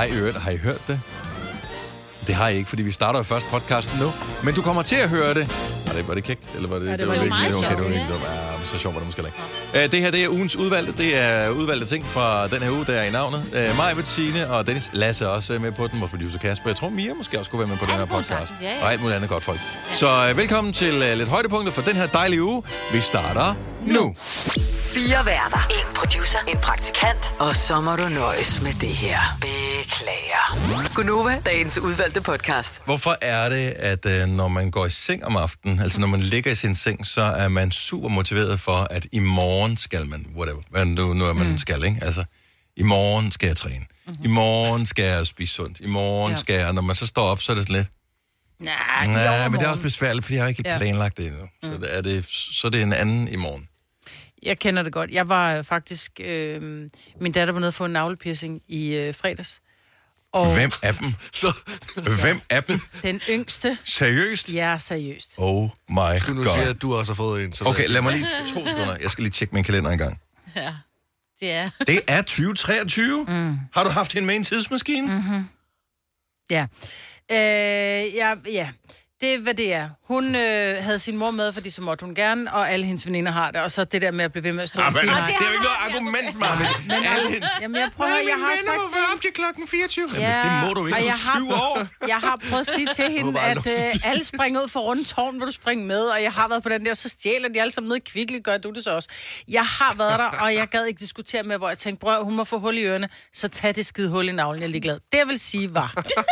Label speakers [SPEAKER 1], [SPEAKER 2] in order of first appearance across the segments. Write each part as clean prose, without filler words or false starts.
[SPEAKER 1] Har I hørt det? Det har I ikke, fordi vi starter jo først podcasten nu. Men du kommer til at høre det. Var det kægt? Eller var det,
[SPEAKER 2] ja, det var meget sjovt.
[SPEAKER 1] Okay, det var ikke så sjovt var det måske ikke. Det her, det er ugens udvalgte. Det er udvalgte ting fra den her uge, der er i navnet. Maja, Bettine og Dennis. Lasse også med på den. Vores producer Kasper. Jeg tror, Mia måske også skulle være med på den her podcast.
[SPEAKER 2] Ja.
[SPEAKER 1] Og alt muligt andet godt folk. Ja. Så velkommen til lidt højdepunkter for den her dejlige uge. Vi starter nu.
[SPEAKER 3] 4 værter. 1 producer. 1 praktikant. Og så må du nøjes med det her. Beklager. Gunova, dagens udvalgte podcast.
[SPEAKER 1] Hvorfor er det, at når man går i seng om aftenen, altså når man ligger i sin seng, så er man super motiveret for, at i morgen skal man, whatever, hvad nu er man skal, ikke? Altså, i morgen skal jeg træne. I morgen skal jeg spise sundt. I morgen skal jeg, og når man så står op, så er det sådan lidt, nej, men det er også besværligt, fordi jeg har ikke planlagt det endnu. Så det er en anden i morgen.
[SPEAKER 4] Jeg kender det godt. Jeg var faktisk... min datter var nede for en navlepiercing i fredags. Og
[SPEAKER 1] Hvem af dem? Hvem af dem?
[SPEAKER 4] den yngste.
[SPEAKER 1] Seriøst?
[SPEAKER 4] Ja, seriøst.
[SPEAKER 1] Oh my god.
[SPEAKER 5] Skal du nu sige, at du også har fået en?
[SPEAKER 1] Okay, lad mig lige 2 sekunder. Jeg skal lige tjekke min kalender en gang.
[SPEAKER 2] Ja, det er.
[SPEAKER 1] Det er 2023? Har du haft hende med i en tidsmaskine?
[SPEAKER 4] Mm-hmm. Ja. Ja. Det er, hvad det er. Hun havde sin mor med, fordi så måtte hun gerne, og alle hendes veninder har det. Og så det der med at blive ved med at stå og sige nej.
[SPEAKER 1] Det er jo ikke noget argument, Marvind.
[SPEAKER 4] Jamen, jeg prøver, jeg har sagt til
[SPEAKER 1] op til klokken 24.
[SPEAKER 4] Ja,
[SPEAKER 1] jamen, det må du ikke, du 7 år.
[SPEAKER 4] Jeg har prøvet at sige til hende, at alle springer ud for rundt tårn, hvor du springer med, og jeg har været på den der, så stjæler de alle sammen ned i Kvickly, gør du det så også. Jeg har været der, og jeg gad ikke diskutere med, hvor jeg tænkte, bror, hun må få hul i ørerne, så tag det skide hul i navlen, jeg er ligeglad. Det jeg vil sige var.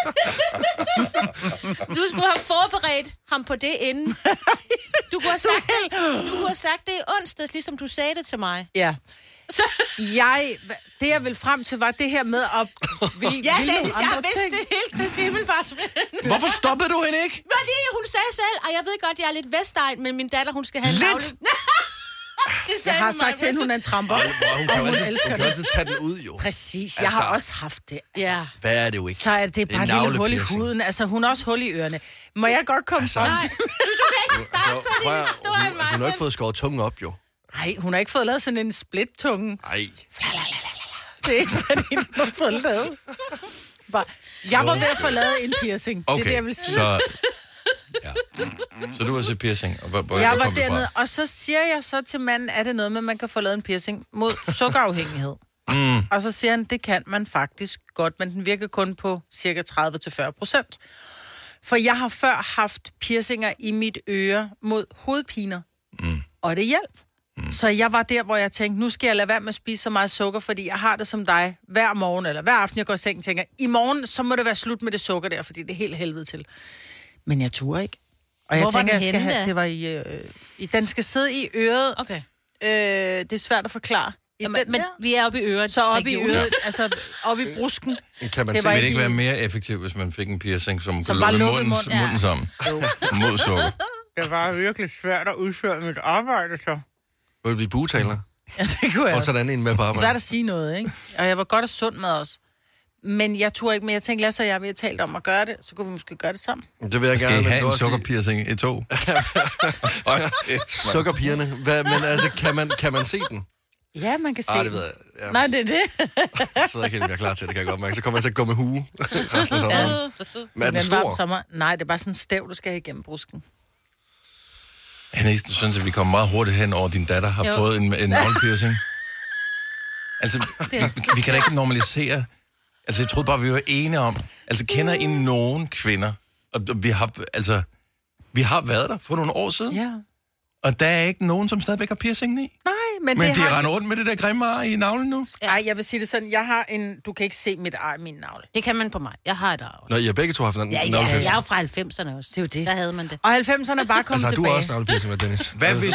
[SPEAKER 2] Du skulle have forberedt ham på det inden. Du kunne have sagt det i onsdags, ligesom du sagde det til mig.
[SPEAKER 4] Ja. Det jeg ville frem til, var det her med at...
[SPEAKER 2] Ja, Dennis, jeg vidste det helt med Simmelfartsvind.
[SPEAKER 1] Hvorfor stoppede du hende ikke?
[SPEAKER 2] Fordi hun sagde selv, og jeg ved godt, jeg er lidt Vestegn, men min datter, hun skal have en navle.
[SPEAKER 4] Jeg har sagt til hende, hun er en tramper.
[SPEAKER 5] Hun kan jo altid tage den ud, jo.
[SPEAKER 4] Præcis, jeg har også haft det. Altså,
[SPEAKER 2] Ja.
[SPEAKER 5] Hvad er det jo ikke?
[SPEAKER 4] så er det bare et lille hul i huden. Altså, hun har også hul i ørerne. Må jeg godt komme frem til...
[SPEAKER 2] Du kan ikke starte sådan en historie,
[SPEAKER 5] Hun har ikke fået skåret tungen op, jo.
[SPEAKER 4] Nej, hun har ikke fået lavet sådan en split-tunge.
[SPEAKER 5] Nej.
[SPEAKER 4] Det er ikke sådan en, hun har fået lavet. Jeg var ved at få lavet en piercing.
[SPEAKER 1] Okay,
[SPEAKER 4] det er det, jeg vil sige.
[SPEAKER 1] Så du har set piercing, og hvor
[SPEAKER 4] jeg var
[SPEAKER 1] kom
[SPEAKER 4] dernede, og så siger jeg så til manden, er det noget med, at man kan få lavet en piercing mod sukkerafhængighed? Og så siger han, det kan man faktisk godt, men den virker kun på cirka 30-40%. For jeg har før haft piercinger i mit øre mod hovedpiner, og det hjælp. Så jeg var der, hvor jeg tænkte, nu skal jeg lade være med at spise så meget sukker, fordi jeg har det som dig hver morgen, eller hver aften, jeg går i seng og tænker, i morgen, så må det være slut med det sukker der, fordi det er helt helvede til. Men jeg turde ikke. Og jeg tænker, jeg skal have, det var i den skal sidde i øret.
[SPEAKER 2] Okay.
[SPEAKER 4] Det er svært at forklare.
[SPEAKER 2] Men vi er oppe i øret.
[SPEAKER 4] Så oppe i øret, altså oppe i brusken.
[SPEAKER 5] Kan man
[SPEAKER 1] Vil det ikke være mere effektivt, hvis man fik en piercing, som kunne
[SPEAKER 4] bare
[SPEAKER 1] lukke
[SPEAKER 4] lukkede
[SPEAKER 1] munden sammen? Mod sukker.
[SPEAKER 4] Det var virkelig svært at udføre mit arbejde, så.
[SPEAKER 5] Vil du blive bugetaler?
[SPEAKER 4] Ja, det kunne jeg
[SPEAKER 5] Og
[SPEAKER 4] også.
[SPEAKER 5] sådan en med på arbejde.
[SPEAKER 4] Svært at sige noget, ikke? Og jeg var godt og sund med os. Men jeg turde ikke, men jeg tænkte, Lasse og jeg, vi har talt om at gøre det, så kunne vi måske gøre det sammen.
[SPEAKER 5] Det vil jeg
[SPEAKER 1] Skal
[SPEAKER 5] gerne.
[SPEAKER 1] I have en sukkerpiercing i 2?
[SPEAKER 5] Sukkerpigerne. Men altså, kan man se den?
[SPEAKER 4] Ja, man kan se
[SPEAKER 5] det ved jeg. Ja.
[SPEAKER 4] Nej, det er det.
[SPEAKER 5] Så er jeg ikke helt klar til det, kan jeg godt mærke. Så kommer jeg til at gå med hue resten af sommeren. Men er den stor?
[SPEAKER 4] Sommer. Nej, det er bare sådan en stæv, du skal have igennem brusken.
[SPEAKER 1] Jeg synes, at vi kommer meget hurtigt hen over, at din datter har fået en navlepiercing. Altså, vi kan da ikke normalisere. Altså, jeg troede bare, vi var enige om. Altså, kender I nogen kvinder? Og vi har været der for nogle år siden.
[SPEAKER 4] Ja.
[SPEAKER 1] Og der er ikke nogen, som stadigvæk har piercingen i.
[SPEAKER 4] Nej, men
[SPEAKER 1] Men
[SPEAKER 4] det
[SPEAKER 1] de
[SPEAKER 4] har...
[SPEAKER 1] render rundt med det der grimme ar i navlen nu.
[SPEAKER 4] Ej, jeg vil sige det sådan, jeg har en... Du kan ikke se mit ar i min navle.
[SPEAKER 2] Det kan man på mig. Jeg har et arv.
[SPEAKER 5] Nå, I har begge to haft en
[SPEAKER 2] Ja,
[SPEAKER 5] navlepiercing.
[SPEAKER 2] jeg er jo fra 90'erne også.
[SPEAKER 4] Det er jo det.
[SPEAKER 2] Der havde man det.
[SPEAKER 4] Og 90'erne er bare kommet
[SPEAKER 5] Altså, har du
[SPEAKER 4] tilbage.
[SPEAKER 5] også navlepiercing med Dennis?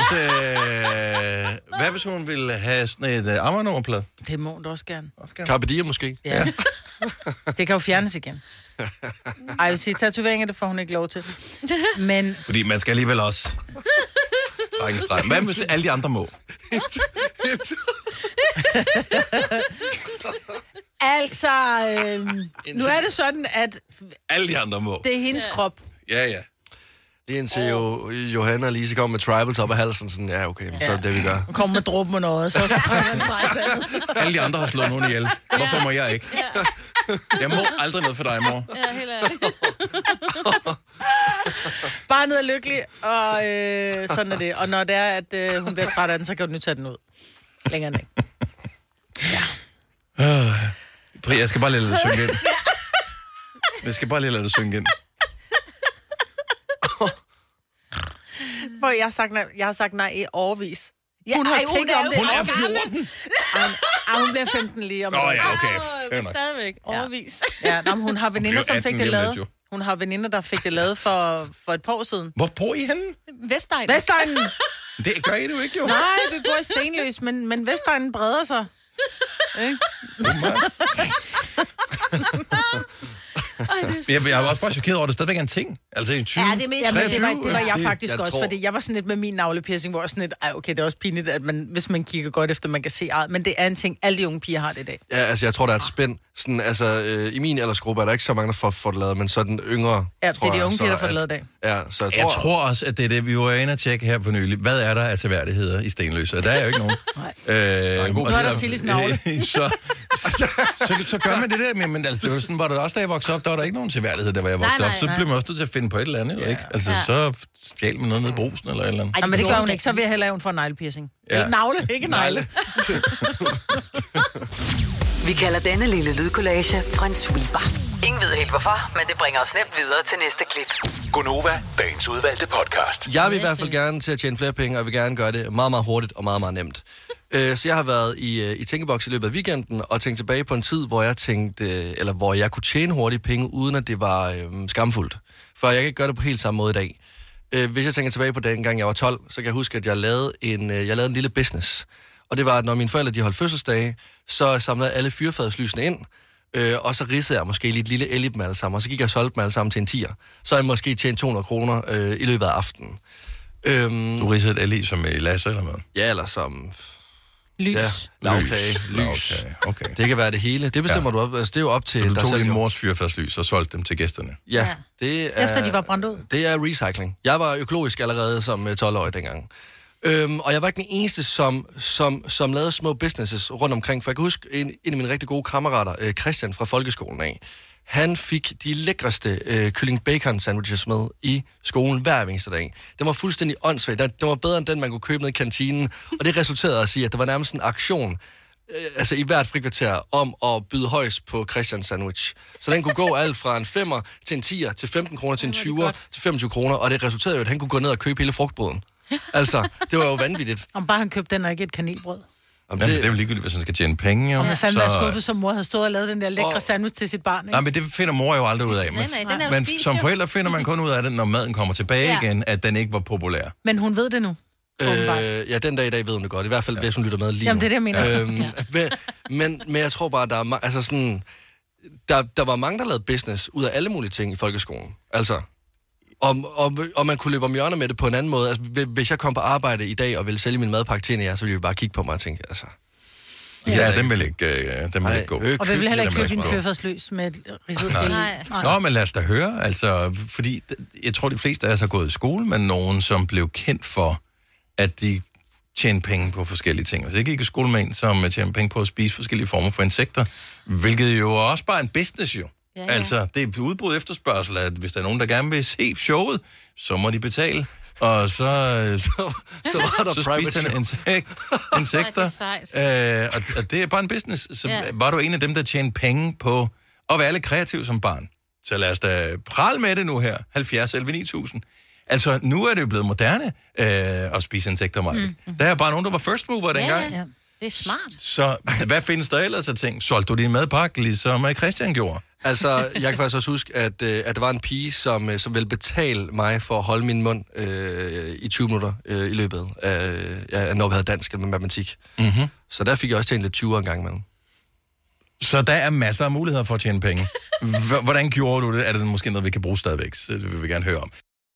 [SPEAKER 1] Hvad hvis hun ville have sådan et armbåndsnummerplade?
[SPEAKER 4] Det må hun da også gerne.
[SPEAKER 5] Carpe Diem måske?
[SPEAKER 4] Ja. Det kan jo fjernes igen. Ej, jeg vil sige, tatoveringer, det får hun ikke lov til. Men
[SPEAKER 1] Fordi man skal alligevel også trække en streg. Hvad hvis alle de andre må?
[SPEAKER 4] altså, nu er det sådan, at
[SPEAKER 1] Alle de andre må.
[SPEAKER 4] det er hendes krop.
[SPEAKER 1] Ja.
[SPEAKER 5] Lige indtil Johanna og Lise kommer med tribals op af halsen, sådan, ja, okay, så er det vi gør.
[SPEAKER 4] Kom med dråben og noget, så trækker han streg.
[SPEAKER 1] Alle de andre har slået nogen ihjel. Hvorfor må jeg ikke? Jeg må aldrig noget for dig, mor.
[SPEAKER 2] Ja, helt ærligt.
[SPEAKER 4] Barnet er lykkelig, og sådan er det. Og når det er, at hun bliver træt af den, så kan du nu tage den ud. Længere end ikke.
[SPEAKER 1] Jeg skal bare lade det synge ind. Jeg skal bare lade det synge ind.
[SPEAKER 4] Hvor jeg har sagt nej i årevis.
[SPEAKER 2] Ja,
[SPEAKER 4] Hun har tænkt om det.
[SPEAKER 1] Hun er 14.
[SPEAKER 4] Hun bliver 15 lige om
[SPEAKER 1] Nå ja, okay. Fair nok.
[SPEAKER 2] Stadigvæk. Overvis.
[SPEAKER 4] Ja, hun har veninder, som fik det
[SPEAKER 1] lige om
[SPEAKER 4] lavet.
[SPEAKER 1] lidt, jo.
[SPEAKER 4] Hun har veninder, der fik det lavet for et par år siden.
[SPEAKER 1] Hvor bor I henne?
[SPEAKER 2] Vestegn.
[SPEAKER 4] Vestegnen!
[SPEAKER 1] Det gør I jo ikke, jo.
[SPEAKER 4] Nej, vi bor i Stenløs, men Vestegnen breder sig. Ikke?
[SPEAKER 1] Jeg var også bare chokeret over, at det stadigvæk er en ting. Altså i 20,
[SPEAKER 2] Ja, det er mest-
[SPEAKER 4] Jamen, det var
[SPEAKER 1] 23,
[SPEAKER 4] jeg faktisk
[SPEAKER 5] jeg
[SPEAKER 4] også,
[SPEAKER 5] tror-
[SPEAKER 4] fordi jeg var sådan lidt med min navlepiercing, hvor jeg sådan lidt, okay, det er også pinligt, at hvis man kigger godt efter, man kan se ejet. Men det er en ting, alle de unge piger har det i dag.
[SPEAKER 5] Ja, altså jeg tror, der er et spænd. Sådan, altså, i min aldersgruppe er der ikke så mange, der får det lavet, men så den yngre,
[SPEAKER 4] Ja, det er de unge piger, der får det lavet i dag.
[SPEAKER 5] Ja, så jeg
[SPEAKER 1] Jeg
[SPEAKER 5] tror...
[SPEAKER 1] tror også, at det er det, vi var inde og tjekke her for nylig. Hvad er der af seværdigheder i Stenløse? Og der er jo ikke nogen.
[SPEAKER 5] en god
[SPEAKER 1] og
[SPEAKER 4] Nu er
[SPEAKER 1] det
[SPEAKER 4] der Tillis navle.
[SPEAKER 1] så gør man det der, men altså, det var sådan, var det også, da jeg voksede op, der var der ikke nogen seværdighed, der var jeg voksede
[SPEAKER 2] Nej,
[SPEAKER 1] op. Så
[SPEAKER 2] nej.
[SPEAKER 1] blev man også nødt til at finde på et eller andet, jo, ikke? Altså, så stjal man noget ned i brusen eller et eller andet.
[SPEAKER 2] Ej,
[SPEAKER 4] Ja, men det gør hun ikke. Så vil jeg hellere, at hun får neglepiercing.
[SPEAKER 1] Ja.
[SPEAKER 4] Ikke navle, ikke negle.
[SPEAKER 3] Vi kalder denne lille lydkollage en sweeper. Ingen ved helt hvorfor, men det bringer os nemt videre til næste klip.
[SPEAKER 6] Gonova, dagens udvalgte podcast.
[SPEAKER 5] Jeg vil i hvert fald gerne til at tjene flere penge, og jeg vil gerne gøre det meget, meget hurtigt og meget, meget nemt. Så jeg har været i tænkeboks i løbet af weekenden og tænkt tilbage på en tid, hvor jeg tænkte, eller hvor jeg kunne tjene hurtigt penge, uden at det var skamfuldt. For jeg kan ikke gøre det på helt samme måde i dag. Hvis jeg tænker tilbage på den gang, jeg var 12, så kan jeg huske, at jeg lavede en lille business. Og det var, at når mine forældre de holdt fødselsdage, så samlede jeg alle fyrfadslysene ind, og så ridsede jeg måske lige et lille el i dem alle sammen, og så gik jeg og solgte dem alle sammen til en 10'er. Så har jeg måske tjent 200 kroner i løbet af aftenen.
[SPEAKER 1] Du ridsede et el som i Lasse eller hvad?
[SPEAKER 5] Ja, eller som...
[SPEAKER 4] Lys.
[SPEAKER 5] Ja, lavkage, lys.
[SPEAKER 1] Okay.
[SPEAKER 5] Det kan være det hele. Det bestemmer du op. Altså, det er jo op til
[SPEAKER 1] Du
[SPEAKER 5] dig
[SPEAKER 1] tog
[SPEAKER 5] selv.
[SPEAKER 1] din
[SPEAKER 5] jo.
[SPEAKER 1] mors fyrfadslys og solgte dem til gæsterne.
[SPEAKER 5] Ja, det er...
[SPEAKER 4] Efter de var brændt ud.
[SPEAKER 5] Det er recycling. Jeg var økologisk allerede som 12-årig dengang. Og jeg var ikke den eneste, som lavede små businesses rundt omkring. For jeg kan huske en af mine rigtig gode kammerater, Christian fra folkeskolen af. Han fik de lækreste kylling bacon sandwiches med i skolen hver eneste dag. Den var fuldstændig åndssvagt. Den var bedre end den, man kunne købe ned i kantinen. Og det resulterede at sige, at der var nærmest en aktion altså i hvert frikvarter om at byde højst på Christians sandwich. Så den kunne gå alt fra en 5'er til en 10'er, til 15 kroner, til en 20'er, til 25 kroner. Og det resulterede jo, at han kunne gå ned og købe hele frugtbrøden. Altså, det var jo vanvittigt.
[SPEAKER 4] Om bare han købte den og ikke et kanelbrød.
[SPEAKER 1] Jamen, det er jo ligegyldigt, hvis han skal tjene penge, jo.
[SPEAKER 4] Og jeg fandme være skuffet, som mor havde stået og lavet den der lækre sandwich til sit barn. Ikke?
[SPEAKER 1] Nej, men det finder mor jo aldrig ud af.
[SPEAKER 2] Nej, den er jo
[SPEAKER 1] Men
[SPEAKER 2] spist,
[SPEAKER 1] som
[SPEAKER 2] jo.
[SPEAKER 1] forældre finder man kun ud af det, når maden kommer tilbage igen, at den ikke var populær.
[SPEAKER 4] Men hun ved det nu.
[SPEAKER 5] Ja, den dag i dag ved hun det godt. I hvert fald, hvis hun lytter med lige
[SPEAKER 4] Jamen,
[SPEAKER 5] nu.
[SPEAKER 4] det er det, jeg mener.
[SPEAKER 5] Men jeg tror bare, der var mange, der lavede business ud af alle mulige ting i folkeskolen. Altså, og man kunne løbe om hjørner med det på en anden måde. Altså, hvis jeg kom på arbejde i dag og ville sælge min madpakke til jer, så ville vi bare kigge på mig og tænke, altså...
[SPEAKER 1] Ja, den vil ikke gå.
[SPEAKER 4] Og vi vil heller ikke købe din
[SPEAKER 1] ikke
[SPEAKER 4] fyrfadsløs med et ridset el.
[SPEAKER 2] Nej.
[SPEAKER 1] Nå, men lad os da høre, altså, fordi jeg tror, de fleste af os har gået i skole med nogen, som blev kendt for, at de tjente penge på forskellige ting. Altså, jeg gik i skole med en, som tjente penge på at spise forskellige former for insekter, hvilket jo også bare er en business, jo.
[SPEAKER 2] Ja.
[SPEAKER 1] Altså, det er udbrud efterspørgsel, at hvis der er nogen, der gerne vil se showet, så må de betale. Og så
[SPEAKER 5] var der
[SPEAKER 1] så
[SPEAKER 5] private
[SPEAKER 1] spiste han insekter.
[SPEAKER 2] Ej, det er
[SPEAKER 1] Og det er bare en business. Så
[SPEAKER 2] Ja.
[SPEAKER 1] var du en af dem, der tjente penge på at være lidt kreativ som barn. Så lad os da prale med det nu her. 70 11 9000. Altså, nu er det jo blevet moderne at spise insekter, Maja. Der er bare nogen, der var first mover dengang.
[SPEAKER 2] Ja. Det er smart.
[SPEAKER 1] Så hvad findes der ellers af ting? Solgte du din madpakke, ligesom Christian gjorde?
[SPEAKER 5] Altså, jeg kan faktisk også huske, at der var en pige, som ville betale mig for at holde min mund i 20 minutter i løbet af, når vi havde dansk eller matematik.
[SPEAKER 1] Mm-hmm.
[SPEAKER 5] Så der fik jeg også tjent lidt 20 en gang imellem.
[SPEAKER 1] Så der er masser af muligheder for at tjene penge. Hvordan gjorde du det? Er det måske noget, vi kan bruge stadigvæk? Så det vil vi gerne høre om.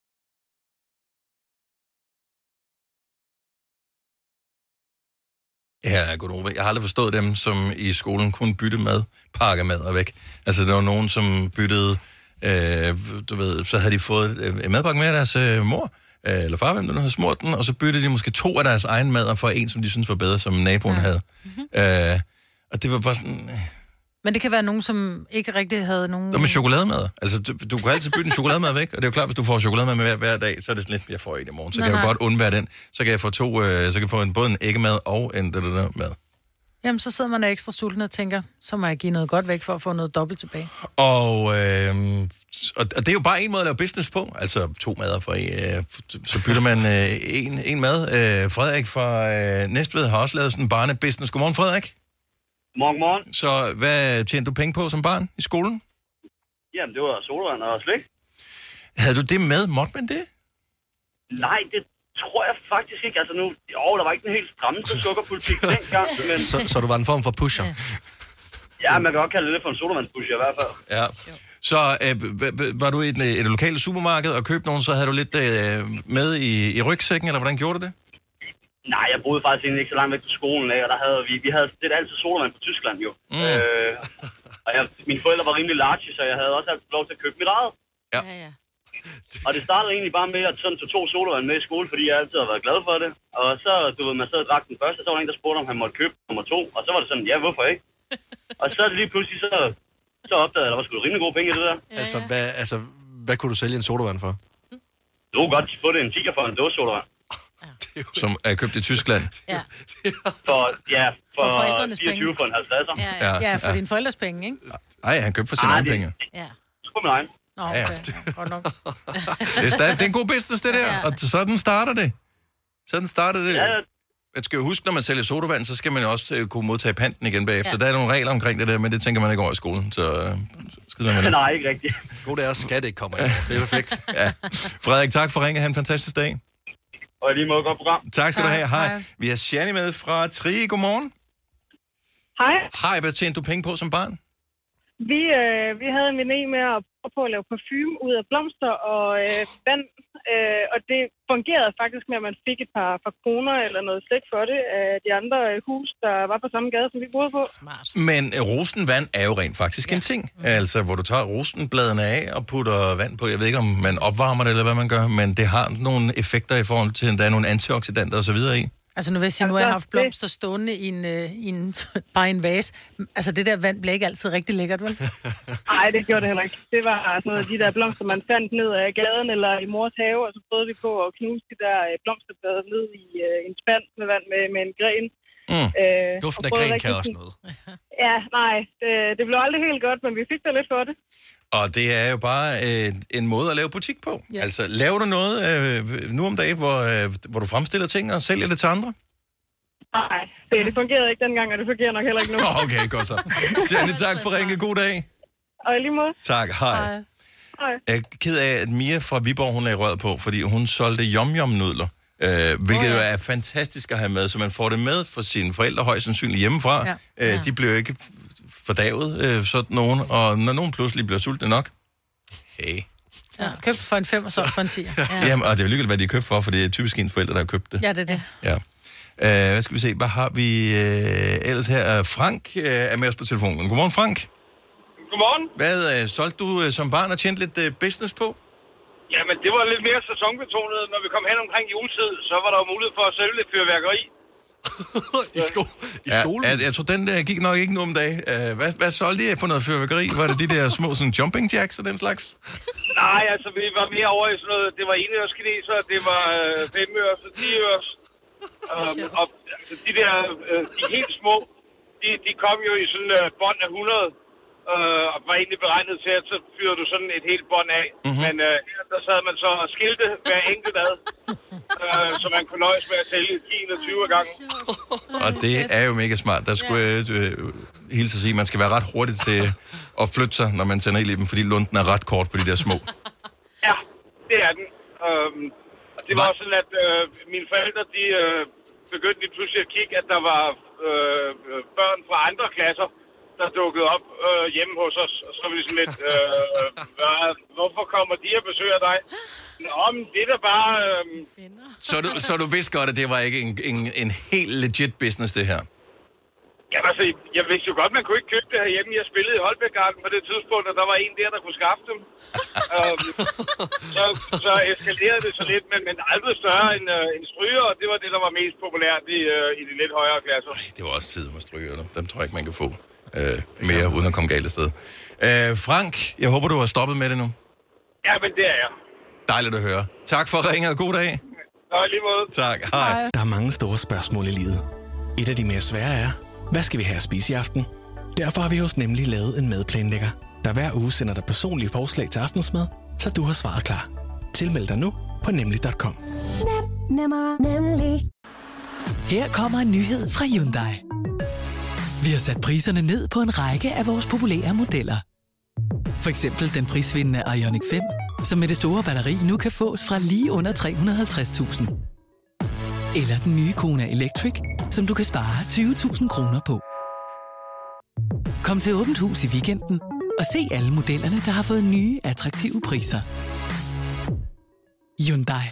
[SPEAKER 1] Ja, Gunova. Jeg har aldrig forstået dem, som i skolen kunne bytte pakke mad og væk. Altså, der var nogen, som byttede Du ved, så havde de fået en madpakke med af deres mor, eller far, hvem der nu havde smurt den, og så byttede de måske 2 af deres egen madder for en, som de synes var bedre, som naboen havde. Og det var bare sådan...
[SPEAKER 4] Men det kan være nogen, som ikke rigtig havde nogen...
[SPEAKER 1] Med chokolademad. Altså, du kan altid bytte en chokolademad væk, og det er jo klart, hvis du får chokolademad med hver dag, så er det sådan lidt, jeg får en i morgen, så kan jeg jo godt undvære den. Så kan jeg få så kan jeg få både en æggemad og en mad.
[SPEAKER 4] Jamen, så sidder man ekstra sulten og tænker, så må jeg give noget godt væk for at få noget dobbelt tilbage.
[SPEAKER 1] Og det er jo bare en måde at lave business på. Altså 2 madder for så bytter man en mad. Frederik fra Næstved har også lavet sådan en barnebusiness. Godmorgen, Frederik.
[SPEAKER 7] Morgen.
[SPEAKER 1] Så hvad tjente du penge på som barn i skolen?
[SPEAKER 7] Jamen, det var sodavand og slik.
[SPEAKER 1] Havde du det med? Måtte man det?
[SPEAKER 7] Nej, det tror jeg faktisk ikke. Altså nu, der var ikke en helt stramme til sukkerpolitik dengang. Men...
[SPEAKER 5] Så du var en form for pusher?
[SPEAKER 7] Ja, man kan godt kalde det for en sodavandspusher i hvert fald.
[SPEAKER 1] Ja. Så var du i et lokalt supermarked og købte nogen, så havde du lidt med i rygsækken, eller hvordan gjorde du det?
[SPEAKER 7] Nej, jeg boede faktisk ikke så langt væk til skolen af, og der havde vi havde lidt altid sodavand på Tyskland jo. Og mine forældre var rimelig large, så jeg havde også altid lov til at købe mit eget.
[SPEAKER 1] Ja.
[SPEAKER 7] Og det startede egentlig bare med, at sådan tog 2 sodavand med i skole, fordi jeg altid har været glad for det. Og så, man sad og drak den første, så var der en, der spurgte, om han måtte købe nummer 2. Og så var det sådan, ja, hvorfor ikke? Og så lige pludselig, så opdagede jeg, at der var sgu rimelig gode penge i det der.
[SPEAKER 5] Hvad kunne du sælge en sodavand for?
[SPEAKER 7] Du kunne godt få det en 10'er for en dåse sodavand.
[SPEAKER 1] Som er købt i Tyskland.
[SPEAKER 2] Ja.
[SPEAKER 7] For
[SPEAKER 4] forældrenes
[SPEAKER 7] 24 for en 50'er.
[SPEAKER 4] Ja, for dine forældres penge, ikke?
[SPEAKER 1] Nej, han købte for sine egne penge.
[SPEAKER 2] Ja.
[SPEAKER 7] Sgu min egen.
[SPEAKER 4] Nå, okay. Godt nok.
[SPEAKER 1] Det er en god business, det der.
[SPEAKER 2] Ja.
[SPEAKER 1] Og sådan starter det.
[SPEAKER 7] Ja.
[SPEAKER 1] Man skal jo huske, når man sælger sodavand, så skal man jo også kunne modtage panten igen bagefter. Ja. Der er nogle regler omkring det der, men det tænker man ikke over i skolen. Så skider man det.
[SPEAKER 7] Nej, ikke rigtigt.
[SPEAKER 5] God det er, skat ikke kommer ind. Det er perfekt.
[SPEAKER 1] Ja. Frederik, tak for ringet. Ha' en fantastisk dag.
[SPEAKER 7] Og lige måde godt program.
[SPEAKER 1] Tak skal du have. Hej. Vi har Shani med fra Trige. Godmorgen.
[SPEAKER 8] Hej.
[SPEAKER 1] Hvad tjente du penge på som barn?
[SPEAKER 8] Vi havde en idé med at prøve på at lave parfume ud af blomster og vand, og det fungerede faktisk med, at man fik et par kroner eller noget slik for det af de andre hus, der var på samme gade, som vi boede på.
[SPEAKER 2] Smart.
[SPEAKER 1] Men rosenvand er jo rent faktisk en ting. Altså, hvor du tager rosenbladene af og putter vand på. Jeg ved ikke, om man opvarmer det, eller hvad man gør, men det har nogle effekter i forhold til, at der er nogle antioxidanter og så videre i.
[SPEAKER 4] Altså nu vil jeg sige, nu har jeg haft blomster stående bare i en vase. Altså det der vand bliver ikke altid rigtig lækkert, vel?
[SPEAKER 8] Nej, det gjorde det heller ikke. Det var sådan noget, de der blomster, man fandt ned af gaden eller i mors have, og så prøvede vi på at knuse de der blomsterblade ned i en spand med vand med en gren.
[SPEAKER 5] Duften af gren kan også noget.
[SPEAKER 8] Ja, nej, det blev aldrig helt godt, men vi fik da lidt for det.
[SPEAKER 1] Og det er jo bare en måde at lave butik på. Ja. Altså, laver du noget nu om dagen, hvor du fremstiller ting og sælger det til andre?
[SPEAKER 8] Nej, det fungerede ikke dengang, og det fungerer nok heller ikke nu.
[SPEAKER 1] Okay, godt så. Sjældent tak for ringe. God dag.
[SPEAKER 8] Og lige måde.
[SPEAKER 1] Tak, hej. Jeg er ked af, at Mia fra Viborg, hun lagde røret på, fordi hun solgte yum-yum-nudler. Hvilket jo er fantastisk at have med, så man får det med for sine forældre højst sandsynligt hjemmefra. Ja. De bliver ikke fordavet, sådan nogen, og når nogen pludselig bliver sultne nok, hey.
[SPEAKER 4] Ja, købt for en 5 og så for en 10.
[SPEAKER 1] Ja. Jamen, og det er jo ligegyldigt, hvad de er købt for, for det er typisk ens forældre, der har købt det.
[SPEAKER 4] Ja, det er det.
[SPEAKER 1] Ja. Hvad skal vi se, hvad har vi ellers her? Frank er med os på telefonen. Godmorgen, Frank.
[SPEAKER 9] Godmorgen.
[SPEAKER 1] Hvad solgte du som barn og tjente lidt business på?
[SPEAKER 9] Jamen, det var lidt mere sæsonbetonet. Når vi kom hen omkring juletid, så var der jo mulighed for at sælge lidt fyrværkeri.
[SPEAKER 5] I skolen?
[SPEAKER 1] Ja, jeg tror, den der gik nok ikke nu om dagen. Hvad solgte I for noget fyrværkeri? Var det de der små sådan, jumping jacks og den slags?
[SPEAKER 9] Nej, altså, vi var mere over i sådan noget. Det var 1-øres kineser, det var 5-øres og 10-øres. Og altså, de der, de helt små, de kom jo i sådan bånd af 100. Og var egentlig beregnet til, at så fyrer du sådan et helt bånd af. Men der sad man så og skilte hver enkelt ad, så man kunne nøjes med at sælge 10 eller 20 gange.
[SPEAKER 1] Og det er jo mega smart. Der skulle jeg hilse at sige, at man skal være ret hurtig til at flytte sig, når man tænder i dem, fordi lunden er ret kort på de der små.
[SPEAKER 9] Ja, det er den. Og det var også sådan, at mine forældre, de begyndte lige pludselig at kigge, at der var børn fra andre klasser, der dukkede op hjemme hos os, og så var vi sådan lidt, hvorfor kommer de og besøger dig? Nå, men det er da bare...
[SPEAKER 1] Så du vidste godt, at det var ikke en helt legit business, det her?
[SPEAKER 9] Jamen altså, jeg vidste jo godt, man kunne ikke købe det herhjemme. Jeg spillede i Holbæk-garden på det tidspunkt, og der var en der kunne skaffe dem. Så eskalerede det så lidt, men aldrig større end stryger, og det var det, der var mest populært i de lidt højere klasser.
[SPEAKER 1] Ej, det var også tid med stryger. Dem tror jeg ikke, man kan få mere, uden at komme galt af sted. Frank, jeg håber, du har stoppet med det nu.
[SPEAKER 9] Ja, men det er jeg.
[SPEAKER 1] Dejligt at høre. Tak for ringet, og god dag.
[SPEAKER 9] Nå, lige måde.
[SPEAKER 1] Tak, hej.
[SPEAKER 10] Der er mange store spørgsmål i livet. Et af de mere svære er, hvad skal vi have at spise i aften? Derfor har vi hos Nemlig lavet en madplanlægger, der hver uge sender dig personlige forslag til aftensmad, så du har svaret klar. Tilmeld dig nu på nemlig.com.
[SPEAKER 11] Nemlig. Her kommer en nyhed fra Hyundai. Vi har sat priserne ned på en række af vores populære modeller. For eksempel den prisvindende Ioniq 5, som med det store batteri nu kan fås fra lige under 350.000. Eller den nye Kona Electric, som du kan spare 20.000 kroner på. Kom til Åbent Hus i weekenden og se alle modellerne, der har fået nye, attraktive priser. Hyundai.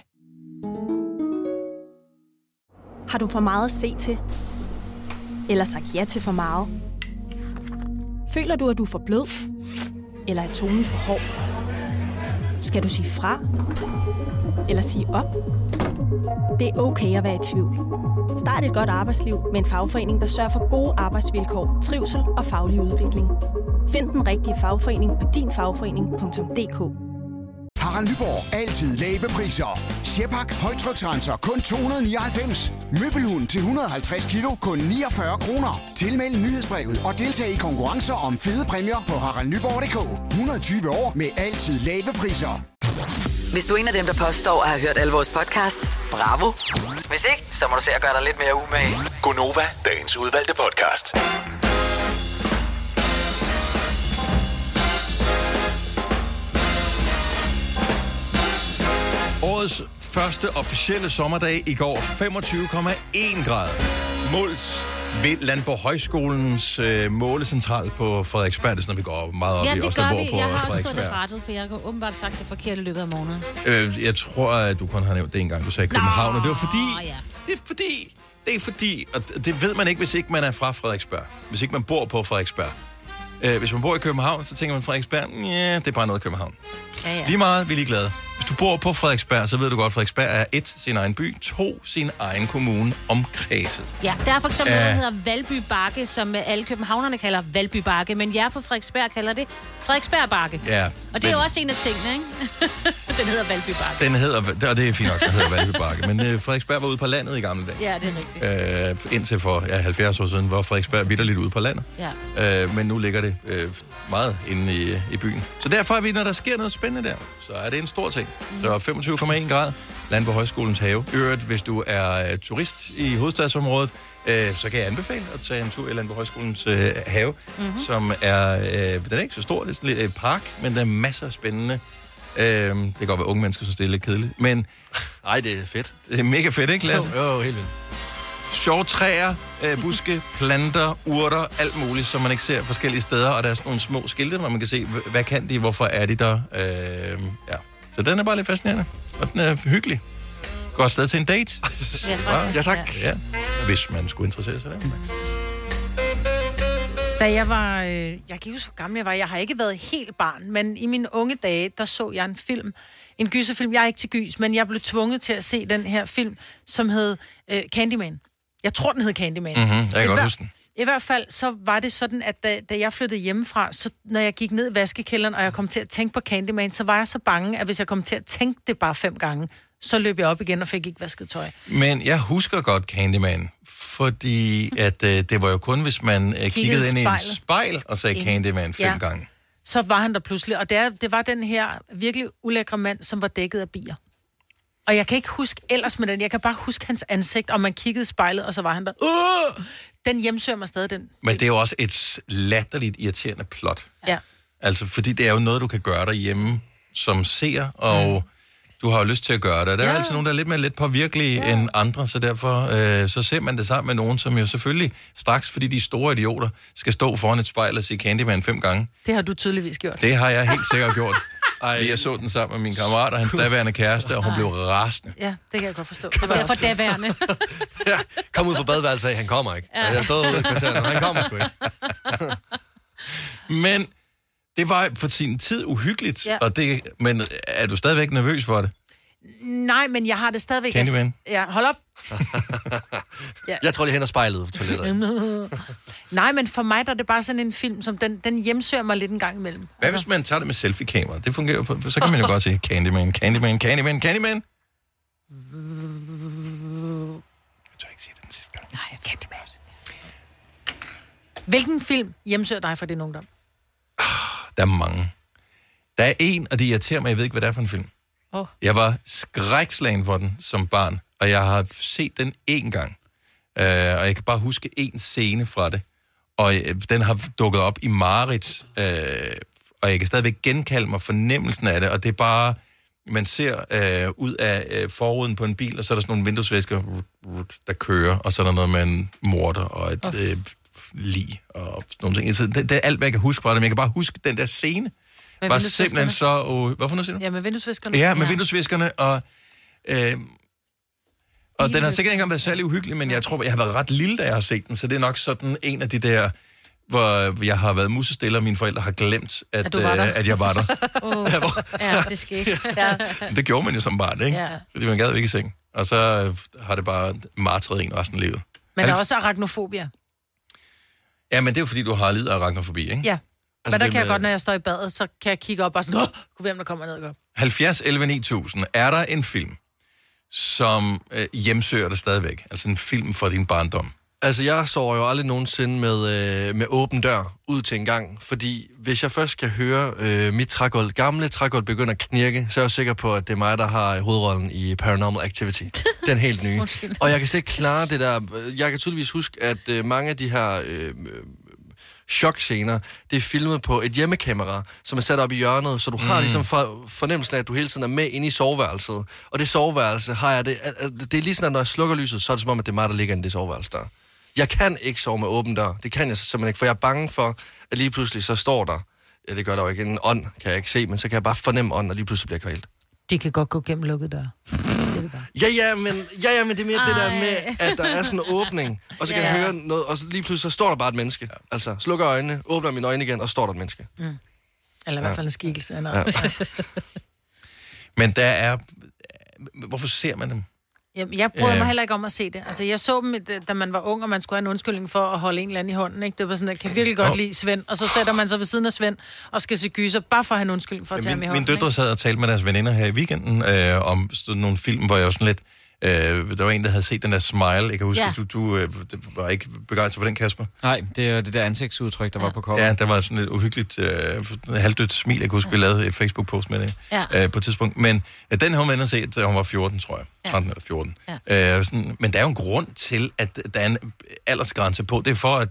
[SPEAKER 12] Har du for meget at se til? Eller sagt ja til for meget? Føler du, at du er for blød? Eller er tonen for hård? Skal du sige fra? Eller sige op? Det er okay at være i tvivl. Start et godt arbejdsliv med en fagforening, der sørger for gode arbejdsvilkår, trivsel og faglig udvikling. Find den rigtige fagforening på dinfagforening.dk.
[SPEAKER 13] Harald Nyborg. Altid lave priser. Sjehpak højtryksrenser kun 299. Møbelhund til 150 kilo kun 49 kroner. Tilmeld nyhedsbrevet og deltag i konkurrencer om fede præmier på haraldnyborg.dk. 120 år med altid lave priser.
[SPEAKER 3] Hvis du er en af dem, der påstår at have hørt alle vores podcasts, bravo. Hvis ikke, så må du se at gøre dig lidt mere umage.
[SPEAKER 6] Gonova, dagens udvalgte podcast.
[SPEAKER 1] Årets første officielle sommerdag i går, 25,1 grader. Målt ved Landborg Højskolens målecentral på Frederiksberg. Det er sådan, vi går meget op i.
[SPEAKER 2] Ja, det gør vi. Jeg har også fået det
[SPEAKER 1] Frederiksberg.
[SPEAKER 2] rettet, for jeg har åbenbart sagt det forkert i løbet af måneden.
[SPEAKER 1] Jeg tror, at du kun har nævnt det en gang, du sagde København. Og det var fordi...
[SPEAKER 2] Ja.
[SPEAKER 1] Det er fordi, og det ved man ikke, hvis ikke man er fra Frederiksberg. Hvis ikke man bor på Frederiksberg. Hvis man bor i København, så tænker man Frederiksberg, ja, det er bare noget København.
[SPEAKER 2] Ja.
[SPEAKER 1] Lige meget, vi er ligeglade. Hvis du bor på Frederiksberg, så ved du godt, at Frederiksberg er 1, sin egen by, 2, sin egen kommune omkredset.
[SPEAKER 2] Ja, der er for eksempel noget, der hedder Valby Bakke, som alle københavnerne kalder Valby Bakke, men jeg fra Frederiksberg kalder det Frederiksberg Bakke.
[SPEAKER 1] Ja,
[SPEAKER 2] og det er jo også en af tingene, ikke? Den hedder Valby Bakke.
[SPEAKER 1] Den hedder, og det er fint nok, den hedder Valby Bakke, men Frederiksberg var ude på landet i gamle dage.
[SPEAKER 2] Ja, det er rigtigt.
[SPEAKER 1] Indtil for 70 år siden var Frederiksberg vitterligt ude på landet.
[SPEAKER 2] Ja.
[SPEAKER 1] Men nu ligger det meget inde i byen. Så derfor er vi, når der sker noget spændende der, så er det en stor ting. Så 25,1 grad, Landborg Højskolens have. Øvrigt, hvis du er turist i hovedstadsområdet, så kan jeg anbefale at tage en tur i Landborg Højskolens have, som er, den er ikke så stor, det er sådan lidt et park, men der er masser af spændende. Det kan godt være unge mennesker, så det er lidt kedeligt, men...
[SPEAKER 5] Ej, det er fedt.
[SPEAKER 1] Det er mega fedt, ikke, Lasse?
[SPEAKER 5] Jo, helt vildt.
[SPEAKER 1] Sjove træer, buske, planter, urter, alt muligt, som man ikke ser forskellige steder, og der er sådan nogle små skilte, hvor man kan se, hvad kan de, hvorfor er de der. Ja. Så den er bare lidt fascinerende, og den er hyggelig. Gå afsted til en date.
[SPEAKER 5] Ja, tak.
[SPEAKER 1] Ja. Hvis man skulle interessere sig det.
[SPEAKER 4] Da jeg var... jeg kan ikke huske, hvor gammel jeg var. Jeg har ikke været helt barn, men i mine unge dage, der så jeg en film. En gyserfilm. Jeg er ikke til gys, men jeg blev tvunget til at se den her film, som hed Candyman. Jeg tror, den hed Candyman.
[SPEAKER 1] Jeg kan godt huske den.
[SPEAKER 4] I hvert fald, så var det sådan, at da jeg flyttede hjemmefra, så når jeg gik ned i vaskekælderen, og jeg kom til at tænke på Candyman, så var jeg så bange, at hvis jeg kom til at tænke det bare 5 gange, så løb jeg op igen og fik ikke vasket tøj.
[SPEAKER 1] Men jeg husker godt Candyman, fordi at, det var jo kun, hvis man kiggede ind i et spejl og sagde Candyman 5 gange.
[SPEAKER 4] Så var han der pludselig, og det var den her virkelig ulækre mand, som var dækket af bier. Og jeg kan ikke huske ellers med den, jeg kan bare huske hans ansigt, og man kiggede i spejlet, og så var han der. Den hjemsøger mig stadig, den.
[SPEAKER 1] Men det er jo også et latterligt irriterende plot.
[SPEAKER 4] Ja.
[SPEAKER 1] Altså, fordi det er jo noget, du kan gøre derhjemme som seer, og du har jo lyst til at gøre det. Der er altid nogen, der er lidt mere let påvirkelige end andre, så derfor så ser man det sammen med nogen, som jo selvfølgelig straks, fordi de er store idioter, skal stå foran et spejl og sige Candyman 5 gange.
[SPEAKER 4] Det har du tydeligvis gjort.
[SPEAKER 1] Det har jeg helt sikkert gjort. Jeg så den sammen med min kammerat og hans daværende kæreste, og hun blev rasende.
[SPEAKER 4] Ja, det kan jeg godt forstå.
[SPEAKER 2] Det var derfor daværende.
[SPEAKER 5] Kom ud fra badeværelset af, han kommer ikke. Ja. Jeg stod ude i kvarteret, og han kommer sgu ikke.
[SPEAKER 1] Men det var for sin tid uhyggeligt, men er du stadigvæk nervøs for det?
[SPEAKER 4] Nej, men jeg har det stadigvæk...
[SPEAKER 1] Candyman?
[SPEAKER 4] Ja, hold op.
[SPEAKER 5] Jeg tror, de hænder spejlet for toilettet.
[SPEAKER 4] Nej, men for mig der er det bare sådan en film, som den hjemsøger mig lidt en gang imellem.
[SPEAKER 1] Hvad hvis man tager det med selfie-kamera? Det fungerer jo på... Så kan man jo godt sige, Candyman, Candyman, Candyman, Candyman. Jeg tør ikke sige den sidste gang.
[SPEAKER 4] Nej, jeg ved det. Hvilken film hjemsøger dig for din ungdom?
[SPEAKER 1] Der er mange. Der er en, og det irriterer mig, jeg ved ikke, hvad det er for en film. Jeg var skrækslagen for den som barn, og jeg har set den én gang. Og jeg kan bare huske en scene fra det. Og den har dukket op i mareridt, og jeg kan stadigvæk genkalde mig fornemmelsen af det, og det er bare, man ser ud af forruden på en bil, og så er der sådan nogle vinduesvæsker, der kører, og så er der noget med en morder og et lig og sådan nogle ting. Så det er alt, hvad jeg kan huske fra det, men jeg kan bare huske den der scene. Var simpelthen så... Hvorfor nu siger du?
[SPEAKER 4] Ja, med vinduesviskerne.
[SPEAKER 1] Ja, med vinduesviskerne, og den har sikkert ikke engang været særlig uhyggelig, men jeg tror, jeg har været ret lille, da jeg har set den, så det er nok sådan en af de der, hvor jeg har været musestille, og mine forældre har glemt, at jeg var der.
[SPEAKER 2] Ja, det skal ikke. Ja.
[SPEAKER 1] Det gjorde man jo som barn, ikke? Ja. Fordi man gad ikke i seng. Og så har det bare martret en resten af livet.
[SPEAKER 4] Men der er også arachnofobia.
[SPEAKER 1] Ja, men det er jo fordi, du har lidt af arachnofobi, ikke?
[SPEAKER 4] Ja. Altså, men der kan jeg godt, når jeg står i badet, så kan jeg kigge op og sådan, kunne hvem der kommer ned og går.
[SPEAKER 1] 70 11 9000. Er der en film, som hjemsøger dig stadigvæk? Altså en film fra din barndom?
[SPEAKER 5] Altså, jeg sover jo aldrig nogensinde med åben dør ud til en gang, fordi hvis jeg først kan høre mit gamle trægulv begynde at knirke, så er jeg sikker på, at det er mig, der har hovedrollen i Paranormal Activity. Den helt nye. Og jeg kan slet ikke klare det der. Jeg kan tydeligvis huske, at mange af de her chokscener, det er filmet på et hjemmekamera, som er sat op i hjørnet, så du har ligesom fornemmelsen af, at du hele tiden er med inde i soveværelset. Og det soveværelse har jeg det er lige sådan, at når jeg slukker lyset, så er det som om, at det er mig, der ligger inde i det soveværelse der. Jeg kan ikke sove med åben dør. Det kan jeg simpelthen ikke, for jeg er bange for, at lige pludselig så står der, ja, det gør der jo ikke, en ånd kan jeg ikke se, men så kan jeg bare fornemme ånd, og lige pludselig bliver jeg kvalt.
[SPEAKER 4] De kan godt gå gennem lukket dør.
[SPEAKER 5] Ja, men det er mere det der med, at der er sådan en åbning, og så kan jeg høre noget, og så lige pludselig så står der bare et menneske. Altså, slukker øjnene, åbner mine øjne igen, og står der et menneske.
[SPEAKER 4] Eller i hvert fald en skikkelse.
[SPEAKER 1] Ja. Men der er... Hvorfor ser man dem?
[SPEAKER 4] Jamen, jeg bryder mig heller ikke om at se det. Altså, jeg så dem, da man var ung, og man skulle have en undskyldning for at holde en eller anden i hånden, ikke? Det var sådan, at jeg kan virkelig godt lide Svend, og så sætter man sig ved siden af Svend, og skal se gyser, bare for at have en undskyldning for at tage ham i hånden.
[SPEAKER 1] Min døtre sad og talte med deres veninder her i weekenden, om nogle film, hvor jeg var sådan lidt... der var en, der havde set den der Smile. Jeg kan huske, du var ikke begejstret for den, Kasper?
[SPEAKER 14] Nej, det er det der ansigtsudtryk, der var på cover.
[SPEAKER 1] Ja, der var sådan et uhyggeligt, halvdødt smil. Jeg kan huske, vi lavede et Facebook-post med det på et tidspunkt. Men den har man set, da hun var 14, tror jeg. 13 eller 14. Ja. Men der er jo en grund til, at der er en aldersgrænse på. Det er for,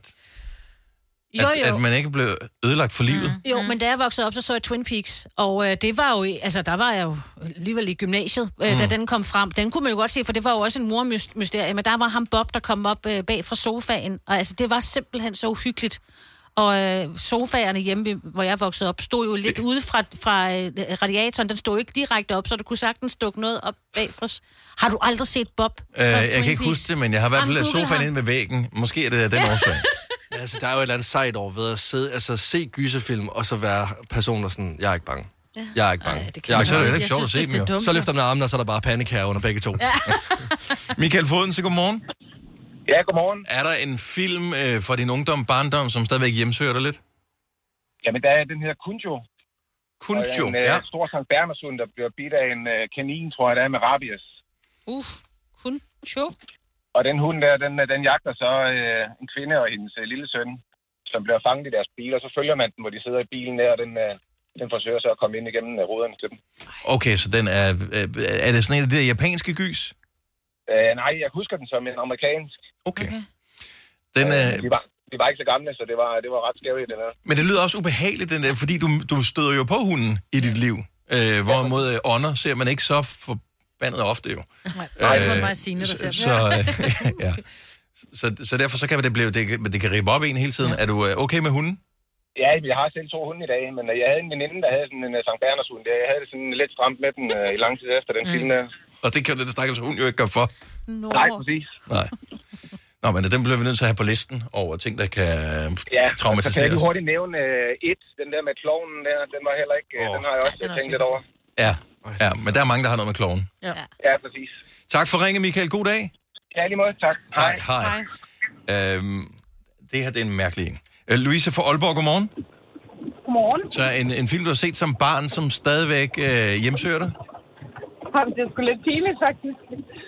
[SPEAKER 1] at man ikke blev ødelagt for livet.
[SPEAKER 2] Jo, men da jeg voksede op, så jeg Twin Peaks, og det var jo, altså der var jeg jo alligevel i gymnasiet, da den kom frem. Den kunne man jo godt se, for det var jo også en mormysterie, men der var ham Bob, der kom op bag fra sofaen, og altså det var simpelthen så uhyggeligt. Og sofaerne hjemme, hvor jeg voksede op, stod jo lidt ude fra radiatoren. Den stod jo ikke direkte op, så du kunne sagtens dukke noget op bagfra. Har du aldrig set Bob?
[SPEAKER 1] Jeg kan ikke huske det, men jeg har i hvert fald sofaen inde ved væggen. Måske er det den årsag.
[SPEAKER 5] Altså, der er jo et eller andet sejt over ved at sidde, altså se gyserfilm, og så være personer sådan, jeg er ikke bange. Jeg er ikke bange.
[SPEAKER 1] Men så er det jo ikke sjovt at se dem jo.
[SPEAKER 5] Så løfter man armen, og så er der bare panik her under begge to.
[SPEAKER 1] Ja. Michael Foden, så godmorgen.
[SPEAKER 15] Ja, godmorgen.
[SPEAKER 1] Er der en film fra din barndom, som stadigvæk hjemsøger dig lidt?
[SPEAKER 15] Jamen, der er den her Kunjo.
[SPEAKER 1] Kunjo,
[SPEAKER 15] en stor Sankt Bernhardsund, der bliver bidt af en kanin, tror jeg, der er med rabies.
[SPEAKER 2] Kunjo.
[SPEAKER 15] Og den hund der, den jagter så en kvinde og hendes lille søn, som bliver fanget i deres bil, og så følger man den, hvor de sidder i bilen der, og den forsøger så at komme ind igennem ruderne til dem.
[SPEAKER 1] Okay, så den er det sådan en af de der japanske gys?
[SPEAKER 15] Nej, jeg husker den som en amerikansk.
[SPEAKER 1] Okay.
[SPEAKER 15] De var ikke så gamle, så det var ret skævigt, den her.
[SPEAKER 1] Men det lyder også ubehageligt, den der, fordi du støder jo på hunden i dit liv. Hvorimod ånder ser man ikke så forbandet ofte jo.
[SPEAKER 4] Nej, det var mig Signe, der ser
[SPEAKER 1] så derfor så kan det blive, det kan ribe op en hele tiden. Ja. Er du okay med hunden?
[SPEAKER 15] Ja, jeg har selv 2 hunde i dag, men jeg havde en veninde, der havde sådan en Sankt Berners hund. Jeg havde det sådan lidt stramt med den i lang tid efter den film der.
[SPEAKER 1] Og det kan den stakkels hund jo ikke gøre for.
[SPEAKER 15] Nej, præcis.
[SPEAKER 1] Nej. Nå, men den bliver vi nødt til at have på listen over ting, der kan traumatiseres.
[SPEAKER 15] Så kan jeg lige hurtigt nævne den der med klovnen der, den var heller ikke, den har jeg også tænkt lidt over.
[SPEAKER 1] Ja, men der er mange, der har noget med kloven.
[SPEAKER 15] Ja, præcis.
[SPEAKER 1] Tak for ringe, Michael. God dag.
[SPEAKER 15] Ja, lige måde. Tak.
[SPEAKER 1] Hej. Det her, det er en mærkelig en. Louise fra Aalborg, godmorgen.
[SPEAKER 8] Godmorgen.
[SPEAKER 1] Så en film, du har set som barn, som stadigvæk hjemsøger dig?
[SPEAKER 8] Jamen, det er sgu lidt pinligt, faktisk.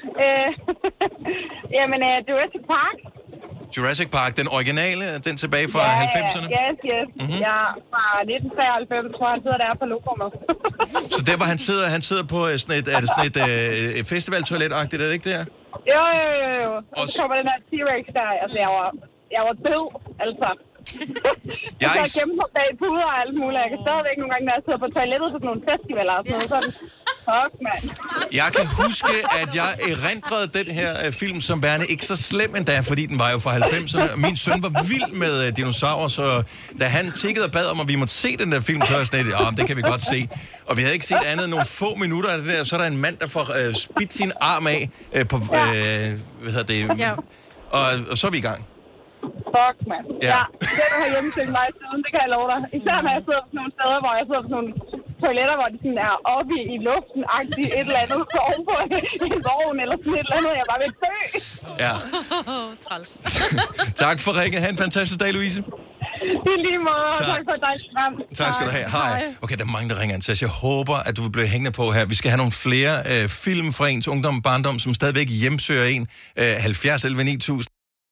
[SPEAKER 8] Jamen, Jurassic Park.
[SPEAKER 1] Jurassic Park, den originale, den tilbage fra 90'erne?
[SPEAKER 8] Yes. Mm-hmm. Ja, fra 1993, tror jeg, han sidder der på lokummet.
[SPEAKER 1] Så der, hvor han sidder på sådan et festivaltoilet-agtigt, er det ikke der?
[SPEAKER 8] Jo. Og så kommer den her T-Rex der. Altså, jeg var død, altså. Jeg har gemt på bag puder og alt muligt. Jeg kan stadigvæk nogle gange, når jeg sidder på toilettet på sådan nogle festivaler og sådan noget. Sådan, fuck, mand.
[SPEAKER 1] Jeg kan huske, at jeg erindrede den her film som værende ikke så slem endda, fordi den var jo fra 90'erne. Min søn var vild med dinosaurer, så da han tikkede og bad om, at vi måtte se den der film, så var jeg sådan lidt, det kan vi godt se. Og vi havde ikke set andet end nogle få minutter af det der, så er der en mand, der får spidt sin arm af på, hvad hedder det, og så er vi i gang.
[SPEAKER 8] Fuck, mand. Ja. Det har hjemmesøgt mig siden, det kan jeg love dig. Især når jeg sidder på nogle steder, hvor jeg sidder på nogle toiletter, hvor de sådan er oppe i luften-agtigt et eller andet ovenpå en vogn eller sådan et eller andet. Jeg bare vil dø.
[SPEAKER 1] Ja.
[SPEAKER 2] Træls.
[SPEAKER 1] Tak for ringet. Ha' en fantastisk dag, Louise.
[SPEAKER 8] I lige måde, og tak for et dejligt program.
[SPEAKER 1] Tak skal du have. Hej. Okay, der er mange, der ringer ind, så jeg håber, at du vil blive hængende på her. Vi skal have nogle flere film fra ens ungdom og barndom, som stadigvæk hjemsøger en. 70 11 9000.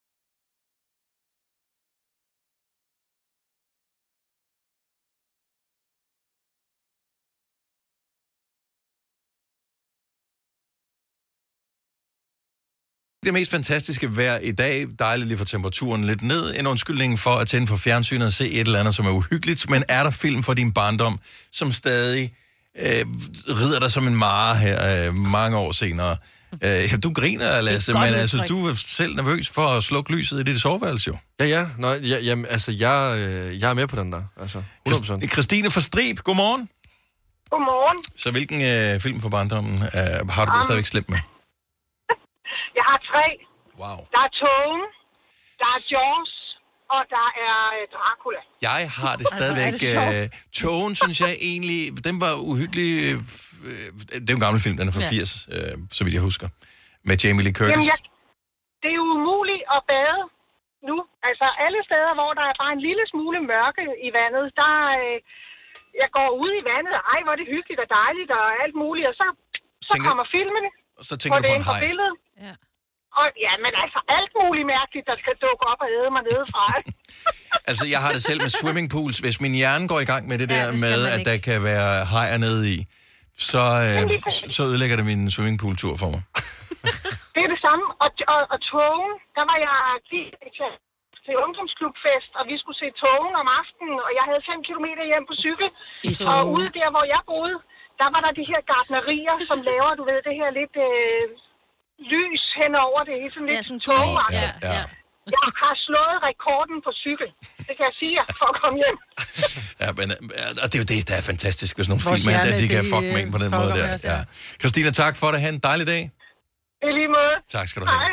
[SPEAKER 1] Det mest fantastiske vejr i dag, dejligt lige for temperaturen lidt ned, en undskyldning for at tænde for fjernsynet og se et eller andet, som er uhyggeligt, men er der film fra din barndom, som stadig rider dig som en mare her mange år senere? Du griner, Lasse, men altså, du er selv nervøs for at slukke lyset i dit soveværelse, jo.
[SPEAKER 5] Ja. Nå, jamen, altså, jeg er med på den der, altså, 100%.
[SPEAKER 1] Christine fra Strib, godmorgen.
[SPEAKER 8] Godmorgen.
[SPEAKER 1] Så hvilken film fra barndommen har du det stadigvæk slemt med?
[SPEAKER 8] Jeg har 3.
[SPEAKER 1] Wow.
[SPEAKER 8] Der er Togen, der er Jaws, og der er Dracula.
[SPEAKER 1] Jeg har det stadigvæk. Togen, synes jeg egentlig, den var uhyggelig. Det er jo en gammel film, den er fra 80, så vidt jeg husker. Med Jamie Lee Curtis.
[SPEAKER 8] Jamen, det er jo umuligt at bade nu. Altså alle steder, hvor der er bare en lille smule mørke i vandet, der jeg går ud i vandet, og hvor er det hyggeligt og dejligt og alt muligt, og så kommer filmene.
[SPEAKER 1] Og så tænker du på en haj.
[SPEAKER 8] Ja. Og ja, men altså alt muligt mærkeligt, der skal dukke op og æde mig nedefra.
[SPEAKER 1] Altså, jeg har det selv med swimmingpools. Hvis min hjerne går i gang med det der med, at der kan være hajer nede i, så ødelægger det min swimmingpool-tur for mig.
[SPEAKER 8] Det er det samme. Og Togen, der var jeg til ungdomsklubfest, og vi skulle se Togen om aftenen, og jeg havde 5 kilometer hjem på cykel. Og ude der, hvor jeg boede, der var der de her gartnerier, som laver, du ved, det her lidt lys henover det, sådan lidt togagtigt.
[SPEAKER 1] Ja.
[SPEAKER 8] Jeg har slået rekorden på cykel. Det kan jeg sige, for at komme hjem.
[SPEAKER 1] Ja, men og det er jo det, der er fantastisk, hvis nogle film er, de kan fuck med en på den måde der. Ja. Christina, tak for det. Ha' en dejlig dag.
[SPEAKER 8] I lige måde.
[SPEAKER 1] Tak skal du have.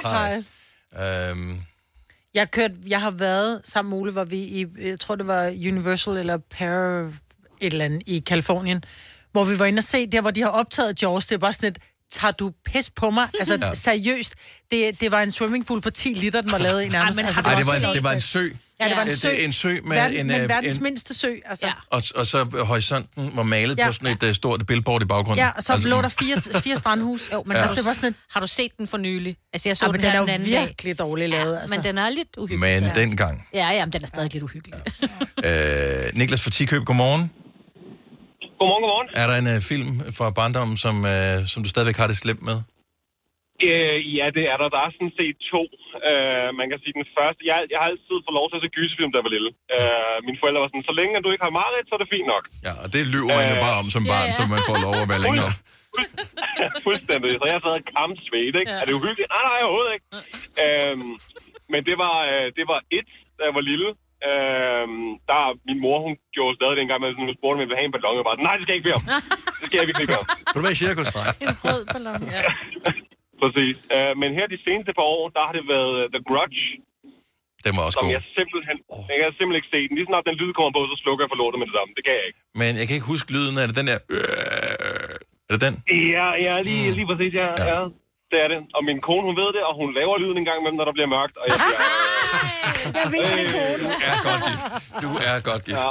[SPEAKER 4] Hej. Jeg har været sammen med Ole, hvor vi i, jeg tror det var Universal eller et eller andet i Kalifornien, hvor vi var inde og se der, hvor de har optaget Jaws. Det er bare sådan et, tager du pis på mig? Altså, seriøst. Det var en swimmingpool på 10 liter, den var lavet i nærmest.
[SPEAKER 1] Det var en sø.
[SPEAKER 4] Ja, det var en sø.
[SPEAKER 1] En sø med
[SPEAKER 4] verdens mindste sø. Altså.
[SPEAKER 2] Ja.
[SPEAKER 1] Og så horisonten var malet på sådan et stort billboard i baggrunden.
[SPEAKER 4] Ja, og så lå der 4 strandhus. Jo, men det var sådan et...
[SPEAKER 2] Har du set den for nylig? Altså, jeg så den
[SPEAKER 4] her
[SPEAKER 2] den anden dag.
[SPEAKER 4] Virkelig dårligt lavet. Altså.
[SPEAKER 2] Men den er lidt uhyggelig.
[SPEAKER 1] Men dengang.
[SPEAKER 2] Ja, men den er stadig lidt uhyggelig.
[SPEAKER 1] Niklas fra Tikøb, godmorgen.
[SPEAKER 15] Godmorgen.
[SPEAKER 1] Er der en film fra barndommen, som du stadigvæk har det slemt med?
[SPEAKER 15] Ja, det er der. Der er sådan set 2. Man kan sige, den første... Jeg har altid fået lov til at se gyserfilm, da jeg var lille. Mine forældre var sådan, så længe du ikke har mareridt, så er det fint nok.
[SPEAKER 1] Ja, og det lyver man jo bare om som barn, så man får lov at være længere.
[SPEAKER 15] Fuldstændig. Så jeg sad og kampsvedt, ikke? Ja. Er det uhyggeligt? Nej, overhovedet ikke. Men det var 1, da jeg var lille.
[SPEAKER 16] Der min mor, hun gjorde stadig dengang, med hun spurgte, om jeg ville have en ballon. Jeg bare, nej, det skal jeg ikke mere. Det skal jeg ikke mere.
[SPEAKER 5] Vil du være i cirkus, nej?
[SPEAKER 2] En rød ballon, ja.
[SPEAKER 16] Præcis. Men her de seneste par år, der har det været The Grudge.
[SPEAKER 1] Den var også god.
[SPEAKER 16] Jeg kan simpelthen ikke se den. Lige snart den lyd kommer på, så slukker jeg for lortet med det samme. Det kan jeg ikke.
[SPEAKER 1] Men jeg kan ikke huske lyden af det. Den der... Er det den?
[SPEAKER 16] Ja, lige præcis, ja. Det er det. Og min kone, hun ved det, og hun laver lyden en gang imellem, når der bliver mørkt. Og jeg bliver...
[SPEAKER 2] Jeg ved, min kone.
[SPEAKER 1] Du er godt gift. Du er godt gift.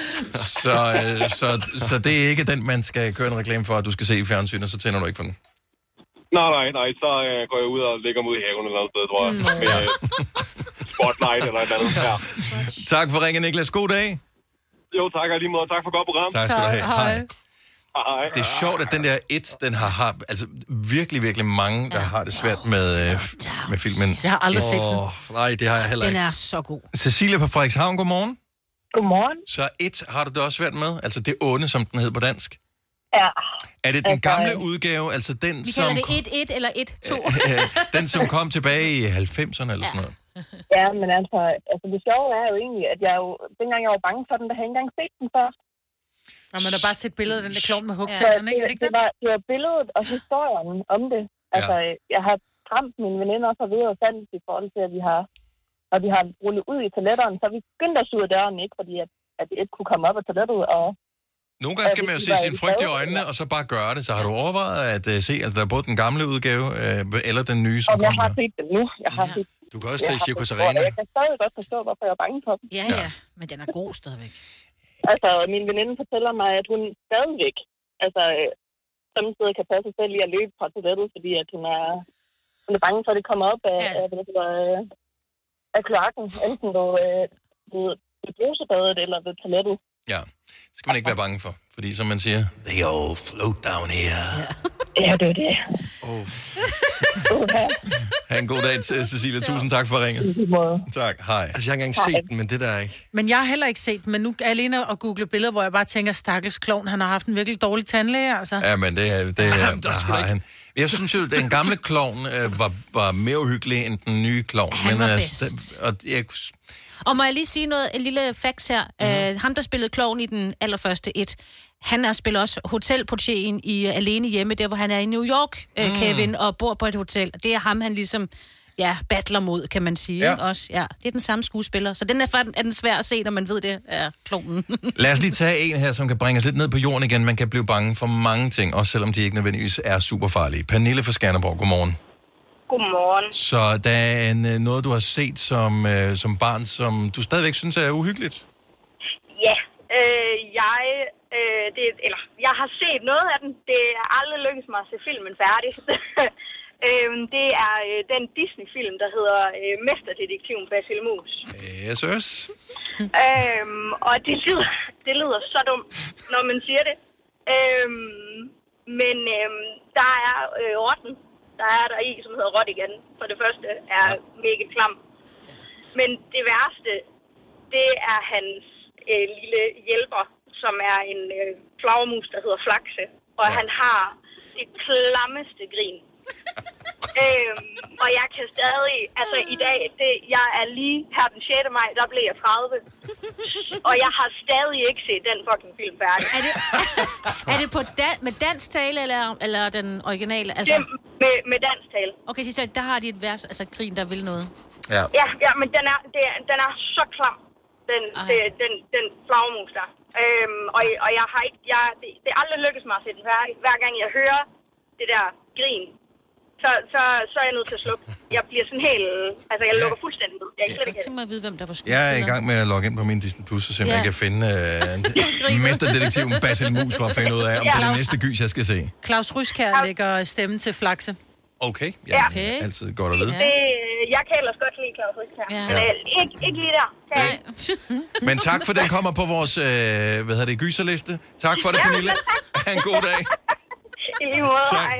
[SPEAKER 1] Ja. Så det er ikke den, man skal køre en reklame for, at du skal se i fjernsynet, så tænder du ikke på den.
[SPEAKER 16] Nej. Så går jeg ud og lægger mig ud i haven eller noget sted, tror jeg. Med spotlight eller et andet. Ja.
[SPEAKER 1] Tak for ringen, Niklas. God dag.
[SPEAKER 16] Jo, tak og lige måde. Tak for godt program.
[SPEAKER 1] Tak skal du have. Hej.
[SPEAKER 16] Hej.
[SPEAKER 1] Det er sjovt, at den der den har altså virkelig mange, der har det svært med filmen.
[SPEAKER 4] Jeg har aldrig set den.
[SPEAKER 5] Nej, det har jeg heller ikke.
[SPEAKER 2] Den er så god.
[SPEAKER 1] Cecilia fra Frederikshavn, godmorgen.
[SPEAKER 17] Godmorgen.
[SPEAKER 1] Så har du det også svært med? Altså det onde, som den hed på dansk?
[SPEAKER 17] Ja.
[SPEAKER 1] Er det den gamle udgave, altså den,
[SPEAKER 2] Vi
[SPEAKER 1] som...
[SPEAKER 2] kalder det 1-1 eller 1-2.
[SPEAKER 1] Den, som kom tilbage i 90'erne eller sådan noget?
[SPEAKER 17] Ja, men altså det sjove er jo egentlig, at jeg jo, dengang jeg var bange for den, der havde ikke engang set den før.
[SPEAKER 4] Og man har bare set billedet af den der klovn med hugtænderne, ikke?
[SPEAKER 17] Det var billedet og historien om det. Altså, jeg har skræmt mine veninder så videre sandt i forhold til, at når vi har rullet ud i toiletteren, så vi begyndte at suge døren, ikke? Fordi at det ikke kunne komme op af toilettet, og...
[SPEAKER 1] Nogle gange skal man jo se sin frygt i øjnene, og så bare gøre det. Så har du overvejet at se, altså der er både den gamle udgave, eller den nye, som kommer?
[SPEAKER 17] Jeg har set den nu.
[SPEAKER 5] Du kan også tage Circus Arena.
[SPEAKER 17] Jeg kan stadig godt forstå, hvorfor jeg er bange for den.
[SPEAKER 2] Ja, men den er god stadigvæk.
[SPEAKER 17] Altså, min veninde fortæller mig, at hun stadigvæk, samtidig kan passe sig selv i at løbe fra toilettet, fordi at hun er bange for, at det kommer op af kloakken, enten ved brusebadet eller ved toilettet.
[SPEAKER 1] Ja, det skal man ikke være bange for, fordi som man siger, they all float down here.
[SPEAKER 17] Ja, det er det.
[SPEAKER 1] Ha' en god dag til Cecilia. Tusind tak for ringet. Tak, hej.
[SPEAKER 5] Altså, jeg har ikke engang set den, men det der ikke.
[SPEAKER 4] Men jeg har heller ikke set den, men nu er jeg alene og google billeder, hvor jeg bare tænker, stakkels klovn, han har haft en virkelig dårlig tandlæge, altså.
[SPEAKER 1] Ja, men det har han. Jeg synes jo, at den gamle klovn var mere uhyggelig end den nye klovn.
[SPEAKER 2] Han var bedst. Og må jeg lige sige noget, en lille facts her. Ham, der spillede klovn i den allerførste han spiller også hotelportieren i Alene Hjemme, der hvor han er i New York, Kevin, og bor på et hotel. Det er ham, han ligesom, battler mod, kan man sige.
[SPEAKER 1] Ja.
[SPEAKER 2] Ikke? Også, det er den samme skuespiller. Så den er den svær at se, når man ved, det er klovnen.
[SPEAKER 1] Lad os lige tage en her, som kan bringe os lidt ned på jorden igen. Man kan blive bange for mange ting, også selvom de ikke nødvendigvis er super farlige. Pernille fra Skanderborg, godmorgen.
[SPEAKER 18] Godmorgen.
[SPEAKER 1] Så der er noget, du har set som barn, som du stadigvæk synes er uhyggeligt?
[SPEAKER 18] Ja, jeg har set noget af den. Det er aldrig lykkedes mig at se filmen færdig. Det er den Disney-film, der hedder Mesterdetektiven Basil Mus.
[SPEAKER 1] Jesus.
[SPEAKER 18] Og det lyder så dumt, når man siger det. Men der er rotten. Der er der i, som hedder Rottigan. For det første er mega klam. Men det værste, det er hans lille hjælper, som er en flagermus, der hedder Flakse. Og han har det klammeste grin. Og jeg kan stadig, altså i dag, jeg er lige her den 6. maj, der blev jeg 30. Og jeg har stadig ikke set den fucking film færdig.
[SPEAKER 2] Er det på med dansk tale, eller den originale? Altså...
[SPEAKER 18] Med dansk tale.
[SPEAKER 2] Okay, så der har de et vers, altså grin, der vil noget.
[SPEAKER 18] Ja, men den er så klam, den flagermus der. Og jeg har ikke, det er aldrig lykkedes mig at se den færdig. Hver gang jeg hører det der grin, så er jeg nødt til at slukke. Jeg bliver sådan helt... Altså, jeg lukker fuldstændig ud. Jeg kan slet ikke
[SPEAKER 2] at vide, hvem der var
[SPEAKER 1] Jeg er i gang med at logge ind på min Disney Plus, så simpelthen jeg kan finde mesterdetektiven Basil Mus for at finde ud af, om det er det næste gys, jeg skal se.
[SPEAKER 4] Claus Ryskjær lægger stemme til Flakse.
[SPEAKER 1] Okay, ja. Altid godt at vide.
[SPEAKER 18] Jeg kan ellers godt lide Claus Ryskjær. Men ikke lige der.
[SPEAKER 1] Men tak for, den kommer på vores gyserliste. Tak for det, Pernille. Ha' en god dag.
[SPEAKER 18] I lige måde.
[SPEAKER 1] Tak.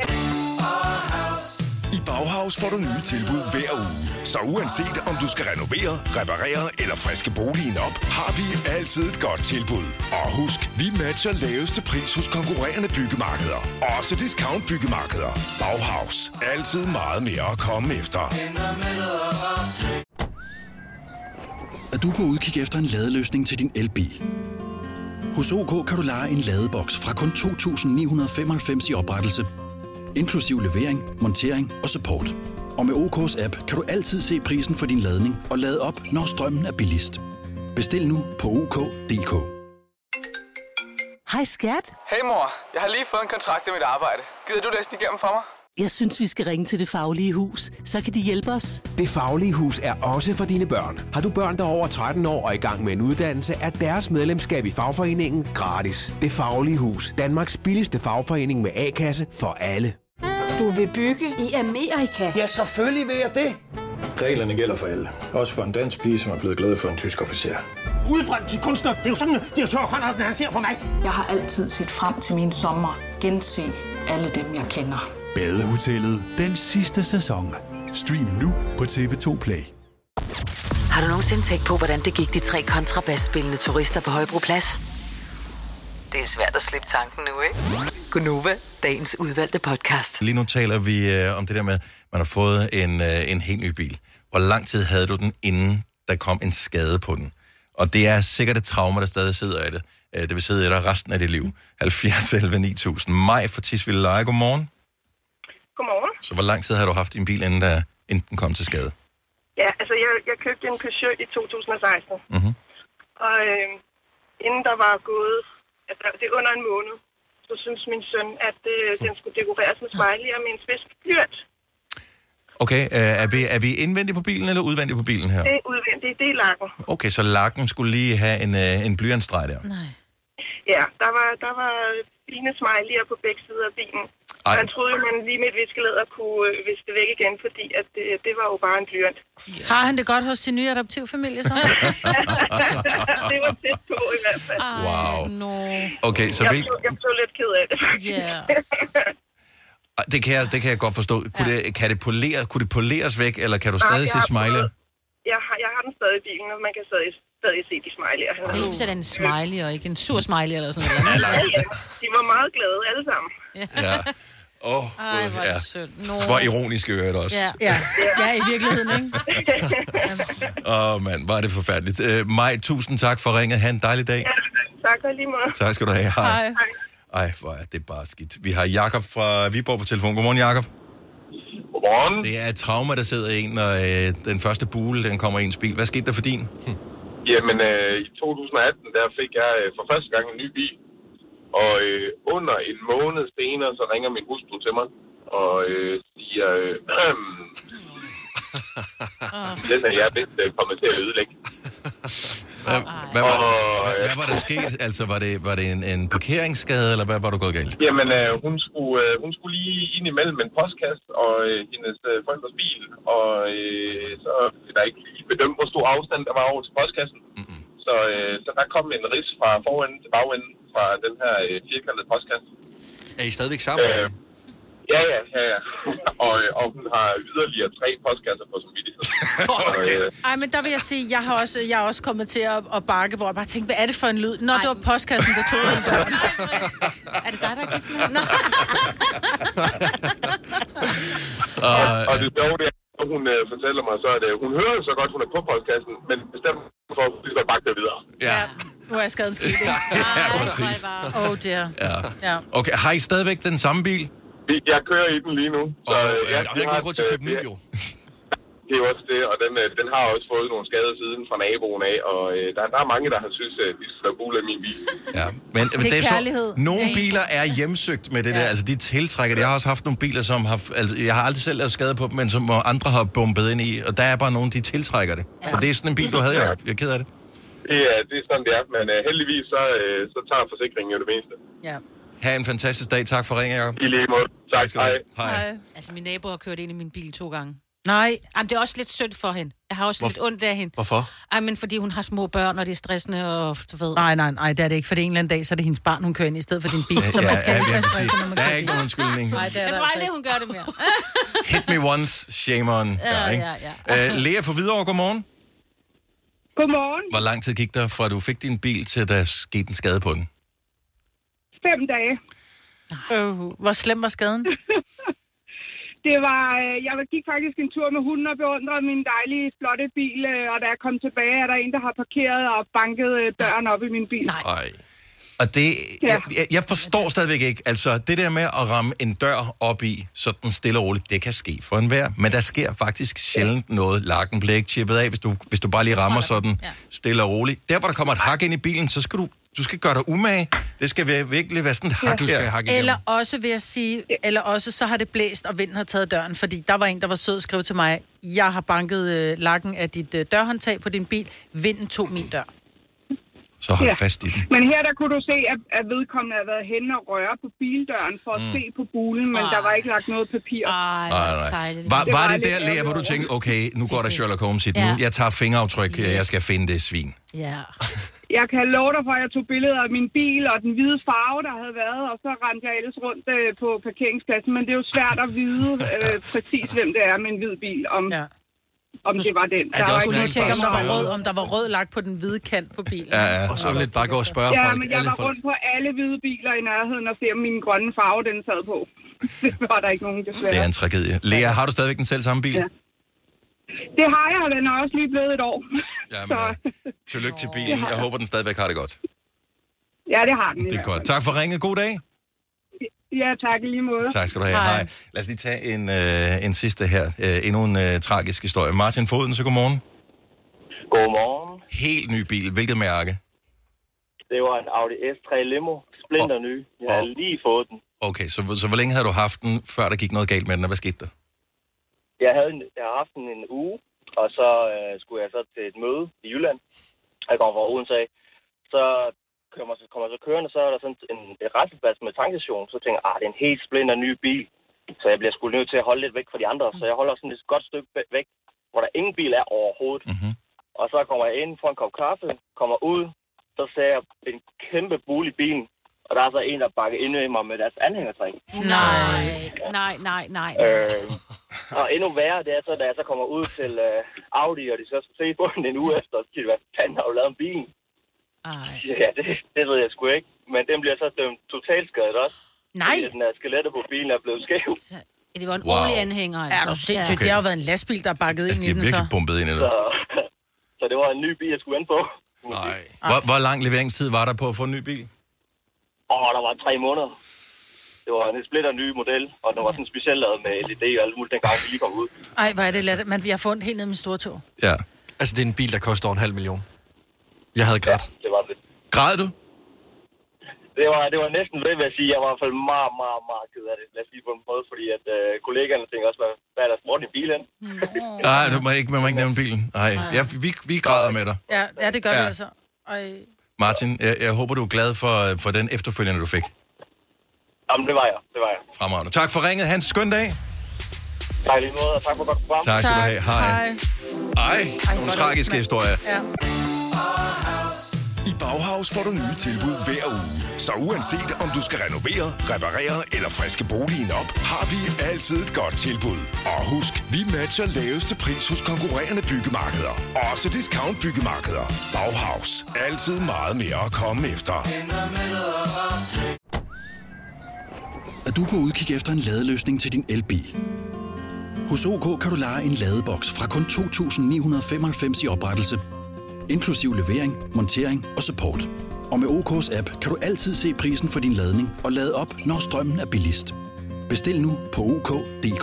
[SPEAKER 6] I Bauhaus får du nye tilbud hver uge. Så uanset om du skal renovere, reparere eller friske boligen op, har vi altid et godt tilbud. Og husk, vi matcher laveste pris hos konkurrerende byggemarkeder. Også discount byggemarkeder. Bauhaus. Altid meget mere at komme efter.
[SPEAKER 19] A du på udkig efter en ladeløsning til din elbil. Hos OK kan du leje en ladeboks fra kun 2.995 i oprettelse, inklusiv levering, montering og support. Og med OK's app kan du altid se prisen for din ladning og lade op, når strømmen er billigst. Bestil nu på OK.dk.
[SPEAKER 20] Hej skat.
[SPEAKER 21] Hey mor, jeg har lige fået en kontrakt med mit arbejde. Gider du læse den igennem for mig?
[SPEAKER 20] Jeg synes, vi skal ringe til Det Faglige Hus. Så kan de hjælpe os.
[SPEAKER 22] Det Faglige Hus er også for dine børn. Har du børn, der er over 13 år og i gang med en uddannelse, er deres medlemskab i fagforeningen gratis. Det Faglige Hus. Danmarks billigste fagforening med A-kasse for alle.
[SPEAKER 23] Du vil bygge i Amerika?
[SPEAKER 24] Ja, selvfølgelig vil jeg det. Reglerne gælder for alle. Også for en dansk pige, som er blevet glad for en tysk officer.
[SPEAKER 23] Udbrændt til kunstner. Det er jo sådan, at de har tørt, han ser på mig. Jeg har altid set frem til min sommer. Gense alle dem, jeg kender.
[SPEAKER 25] Badehotellet den sidste sæson. Stream nu på TV2 Play.
[SPEAKER 3] Har du nogensinde tænkt på, hvordan det gik de 3 kontrabasspillende turister på Højbroplads? Det er svært at slippe tanken nu, ikke? Gunova, dagens udvalgte podcast.
[SPEAKER 1] Lige nu taler vi om det der med, at man har fået en helt ny bil. Hvor lang tid havde du den, inden der kom en skade på den? Og det er sikkert et trauma, der stadig sidder i det. Det vil sidde i dig resten af dit liv. 70 11 9000. Maj fra Tisvilde Leje, godmorgen.
[SPEAKER 26] Godmorgen.
[SPEAKER 1] Så hvor lang tid har du haft din bil, inden den kom til skade?
[SPEAKER 26] Ja, altså jeg købte en Peugeot i 2016.
[SPEAKER 1] Mm-hmm.
[SPEAKER 26] Og inden der var gået, altså det er under en måned, så synes min søn, at den skulle dekoreres med smiley og med en spids blyant.
[SPEAKER 1] Okay, er vi indvendigt på bilen eller udvendigt på bilen her?
[SPEAKER 26] Det er udvendigt, det er lakken.
[SPEAKER 1] Okay, så lakken skulle lige have en blyantstreg der?
[SPEAKER 26] Nej. Ja, der var fine smiley'er på begge sider af bilen.
[SPEAKER 1] Ej.
[SPEAKER 26] Man troede, man lige med et viskelæder kunne viske det væk igen, fordi at det var jo bare en blyant.
[SPEAKER 4] Har han det godt hos sin nye adoptivfamilie, så?
[SPEAKER 26] Det var tæt på i hvert fald.
[SPEAKER 1] Wow.
[SPEAKER 4] No.
[SPEAKER 1] Okay, så
[SPEAKER 26] jeg blev lidt ked af det.
[SPEAKER 1] Det kan jeg godt forstå. Kunne det poleres væk, eller kan du stadig se smiley?
[SPEAKER 26] Jeg har den stadig i bilen, og man kan stadig se de smiley'er.
[SPEAKER 2] Heldigvis er det en smiley, og ikke en sur smiley eller sådan noget.
[SPEAKER 26] Ja, de var meget glade alle sammen.
[SPEAKER 1] Ja.
[SPEAKER 2] Ej, hvor er det sødt.
[SPEAKER 1] Hvor ironisk i øvrigt også.
[SPEAKER 4] Ja, i virkeligheden, ikke?
[SPEAKER 1] Mand, hvor er det forfærdeligt. Maj, tusind tak for ringet. Ha' en dejlig dag.
[SPEAKER 26] Ja, tak og lige måde.
[SPEAKER 1] Tak skal du have. Hej.
[SPEAKER 26] Hej.
[SPEAKER 1] Ej, hvor er det bare skidt. Vi har Jakob fra Viborg på telefon. Godmorgen, Jakob.
[SPEAKER 27] Godmorgen.
[SPEAKER 1] Det er et trauma, der sidder i en, når den første bule, den kommer i ens bil. Hvad skete der for din?
[SPEAKER 27] Jamen, i 2018, der fik jeg for første gang en ny bil. Og under en måned senere, så ringer min hustru til mig og siger, den er jeg vist kommet til at ødelægge.
[SPEAKER 1] Hvad var der sket? Altså, var det en parkeringsskade, eller hvad var du gået galt?
[SPEAKER 27] Jamen, hun skulle lige ind imellem en postkasse og hendes forældres bil, og så er der ikke lige bedømt, hvor stor afstand der var over til postkassen. Så der kom en rids fra forenden til bagenden fra den her firkantede postkasse.
[SPEAKER 5] Er I stadigvæk sammen?
[SPEAKER 27] Ja. Og hun har yderligere 3 postkasser på samvittighed.
[SPEAKER 4] Ej, men der vil jeg sige, jeg er også kommet til at bakke, hvor jeg bare tænkte, hvad er det for en lyd? Nå, det var postkassen, der tog den døren.
[SPEAKER 2] Er det dig, der er gift med? Nå.
[SPEAKER 27] Og det sjove, det er, at hun fortæller mig, så at hun hører så godt, hun er på postkassen, men bestemt for at vi skal bakke det videre.
[SPEAKER 1] Ja.
[SPEAKER 4] Nu er jeg skaden skidt, ikke?
[SPEAKER 1] Ja, præcis.
[SPEAKER 4] Oh dear.
[SPEAKER 1] Ja. Okay, har I stadigvæk den samme bil?
[SPEAKER 27] Jeg kører i den lige nu. Så
[SPEAKER 1] der er ikke nogen grund til at købe ny, jo.
[SPEAKER 27] Det er jo også det, og den har også fået nogle skader siden fra naboen af, og der er mange, der har synes, at de skal være bule af min bil.
[SPEAKER 1] Ja, men det er kærlighed. Nogle biler er hjemsøgt med det der, altså de tiltrækker det. Jeg har også haft nogle biler, som har, altså jeg har aldrig selv lavet skade på dem, men som andre har bumpet ind i, og der er bare nogen, de tiltrækker det. Ja. Så det er sådan en bil, du havde, jeg er ked af det.
[SPEAKER 27] Det er sådan, det er, men heldigvis så tager forsikringen jo det meste.
[SPEAKER 4] Ja.
[SPEAKER 1] Ha' en fantastisk dag. Tak for ringen, Jacob.
[SPEAKER 27] I lige måde.
[SPEAKER 1] Tak skal du have.
[SPEAKER 2] Hej. Altså, min nabo har kørt ind i min bil 2 gange.
[SPEAKER 4] Nej.
[SPEAKER 2] Jamen, det er også lidt synd for hende. Jeg har også lidt ondt af hende.
[SPEAKER 1] Hvorfor?
[SPEAKER 2] Ej, men fordi hun har små børn, og det er stressende, og du ved...
[SPEAKER 4] Nej, det er det ikke. For det en eller anden dag, så er det hendes barn, hun kører ind i stedet for din bil. Så man skal ikke have stresset, når man
[SPEAKER 1] der er ikke nogen undskyldning.
[SPEAKER 2] Nej, jeg tror aldrig, hun gør det mere.
[SPEAKER 1] Hit me once, shame on. Ja. Lea fra Hvidovre, godmorgen.
[SPEAKER 8] Godmorgen.
[SPEAKER 1] Hvor lang tid gik der, fra du fik din bil, til der skete en skade på den?
[SPEAKER 8] 5 dage.
[SPEAKER 4] Hvor slem var skaden?
[SPEAKER 26] Det var, jeg gik faktisk en tur med hunden og beundrede min dejlige, flotte bil, og da jeg kom tilbage, er der en, der har parkeret og banket døren op i min bil.
[SPEAKER 1] Nej. Og det, jeg forstår stadigvæk ikke, altså det der med at ramme en dør op i, sådan stille og roligt, det kan ske for enhver, men der sker faktisk sjældent noget. Lakken bliver ikke chippet af, hvis du bare lige rammer sådan stille og roligt. Der, hvor der kommer et hak ind i bilen, så skal du skal gøre dig umage. Det skal virkelig være sådan et hak her.
[SPEAKER 4] Eller også vil jeg sige, eller også så har det blæst, og vinden har taget døren, fordi der var en, der var sød og skrev til mig, jeg har banket lakken af dit dørhåndtag på din bil, vinden tog min dør.
[SPEAKER 1] Så hold fast i den.
[SPEAKER 26] Men her der kunne du se, at vedkommende havde været henne og røre på bildøren for at se på bulen, men der var ikke lagt noget papir.
[SPEAKER 1] Var det der, Lea, hvor du tænkte, okay, nu går der Sherlock Holmes i den. Nu, jeg tager fingeraftryk, jeg skal finde det svin.
[SPEAKER 26] Ja. Jeg kan love dig for, at jeg tog billeder af min bil og den hvide farve, der havde været, og så rendte jeg ellers rundt på parkeringspladsen. Men det er jo svært at vide præcis, hvem det er med en hvid bil, om det var den.
[SPEAKER 4] Der var ikke tjekke, om der var rød lagt på den hvide kant på bilen.
[SPEAKER 5] Ja. Og så lidt bare gå og spørge folk.
[SPEAKER 26] Ja, men jeg var rundt på alle hvide biler i nærheden og se, om min grønne farve, den sad på. Det var der ikke nogen, desværre.
[SPEAKER 1] Det er en tragedie. Lea, har du stadigvæk den selv samme bil?
[SPEAKER 26] Ja. Det har jeg, og den er også lige blevet et år.
[SPEAKER 1] Jamen, tillykke til bilen. Jeg håber, den stadigvæk har det godt.
[SPEAKER 26] Ja, det har den.
[SPEAKER 1] Det er godt. Tak for ringet. God dag.
[SPEAKER 26] Ja, tak i lige måde.
[SPEAKER 1] Tak skal du have. Hej. Lad os lige tage en sidste her. Endnu en tragisk historie. Martin Foden, så godmorgen.
[SPEAKER 7] Godmorgen.
[SPEAKER 1] Helt ny bil. Hvilket mærke?
[SPEAKER 7] Det var en Audi S3 Limo. Splinter ny. Jeg har lige fået den.
[SPEAKER 1] Okay, så hvor længe havde du haft den, før der gik noget galt med den, og hvad skete der?
[SPEAKER 7] Jeg har haft den en uge, og så skulle jeg så til et møde i Jylland. Jeg kommer fra Odense af. Så kommer jeg så kørende, så er der sådan en resteplads med tankstation. Så tænker jeg, det er en helt splinter ny bil. Så jeg bliver sgu nødt til at holde lidt væk fra de andre. Så jeg holder sådan et godt stykke væk, hvor der ingen bil er overhovedet. Mm-hmm. Og så kommer jeg ind, får en kop kaffe, kommer ud. Så ser jeg en kæmpe bul i bilen. Og der er så en, der bakker ind i mig med deres anhængertræk.
[SPEAKER 2] Nej.
[SPEAKER 7] Og endnu værre, det er så, da jeg så kommer ud til Audi, og de så skal se på den en uge efter, så siger de, hvad fanden har du lavet en bil? Ja, det ved jeg sgu ikke. Men den bliver så dømt totalt skadet også.
[SPEAKER 4] Nej!
[SPEAKER 7] Fordi den her skelettet på bilen er blevet skæv.
[SPEAKER 2] Det var en ordentlig anhænger, altså.
[SPEAKER 4] Ja, du sindssygt. Okay. Det har jo været en lastbil, der er bakket ind i den, så.
[SPEAKER 1] De er virkelig bumpet ind i det.
[SPEAKER 7] Så det var en ny bil, jeg skulle ind på.
[SPEAKER 1] Nej. Hvor lang leveringstid var der på at få en ny bil?
[SPEAKER 7] Der var 3 måneder. Det var en splitter ny model, og den var sådan specielt lavet med LED og alt muligt, dengang vi lige kom ud.
[SPEAKER 4] Ej, hvor er det let. Men vi har fundet helt ned med stortog.
[SPEAKER 1] Ja.
[SPEAKER 5] Altså, det er en bil, der koster over 500.000. Jeg havde grædt.
[SPEAKER 7] Ja, det var det.
[SPEAKER 1] Græd du?
[SPEAKER 7] Det var næsten ved, vil jeg sige. Jeg var i hvert fald meget ked af det. Lad os sige på en måde, fordi at kollegaerne tænker også, hvad er der sport i bilen?
[SPEAKER 1] Nej, man må ikke nævne bilen. Nej, vi græder med dig.
[SPEAKER 4] Ja, det gør vi altså.
[SPEAKER 1] Martin, jeg håber, du er glad for den efterfølgende, du fik.
[SPEAKER 7] Jamen, det var jeg.
[SPEAKER 1] Fremragende. Tak for ringet. Hans, skøn dag.
[SPEAKER 7] Tak lige måde, og tak for godt program.
[SPEAKER 1] Tak skal du have. Hej. Nogle tragiske historier.
[SPEAKER 4] Ja.
[SPEAKER 6] I Bauhaus får du nye tilbud hver uge. Så uanset om du skal renovere, reparere eller friske boligen op, har vi altid et godt tilbud. Og husk, vi matcher laveste pris hos konkurrerende byggemarkeder. Også discount byggemarkeder. Bauhaus. Altid meget mere at komme efter.
[SPEAKER 19] Er du på udkig efter en ladeløsning til din elbil? Hos OK kan du leje en ladeboks fra kun 2.995 i oprettelse, inklusiv levering, montering og support. Og med OK's app kan du altid se prisen for din ladning og lade op, når strømmen er billigst. Bestil nu på OK.dk.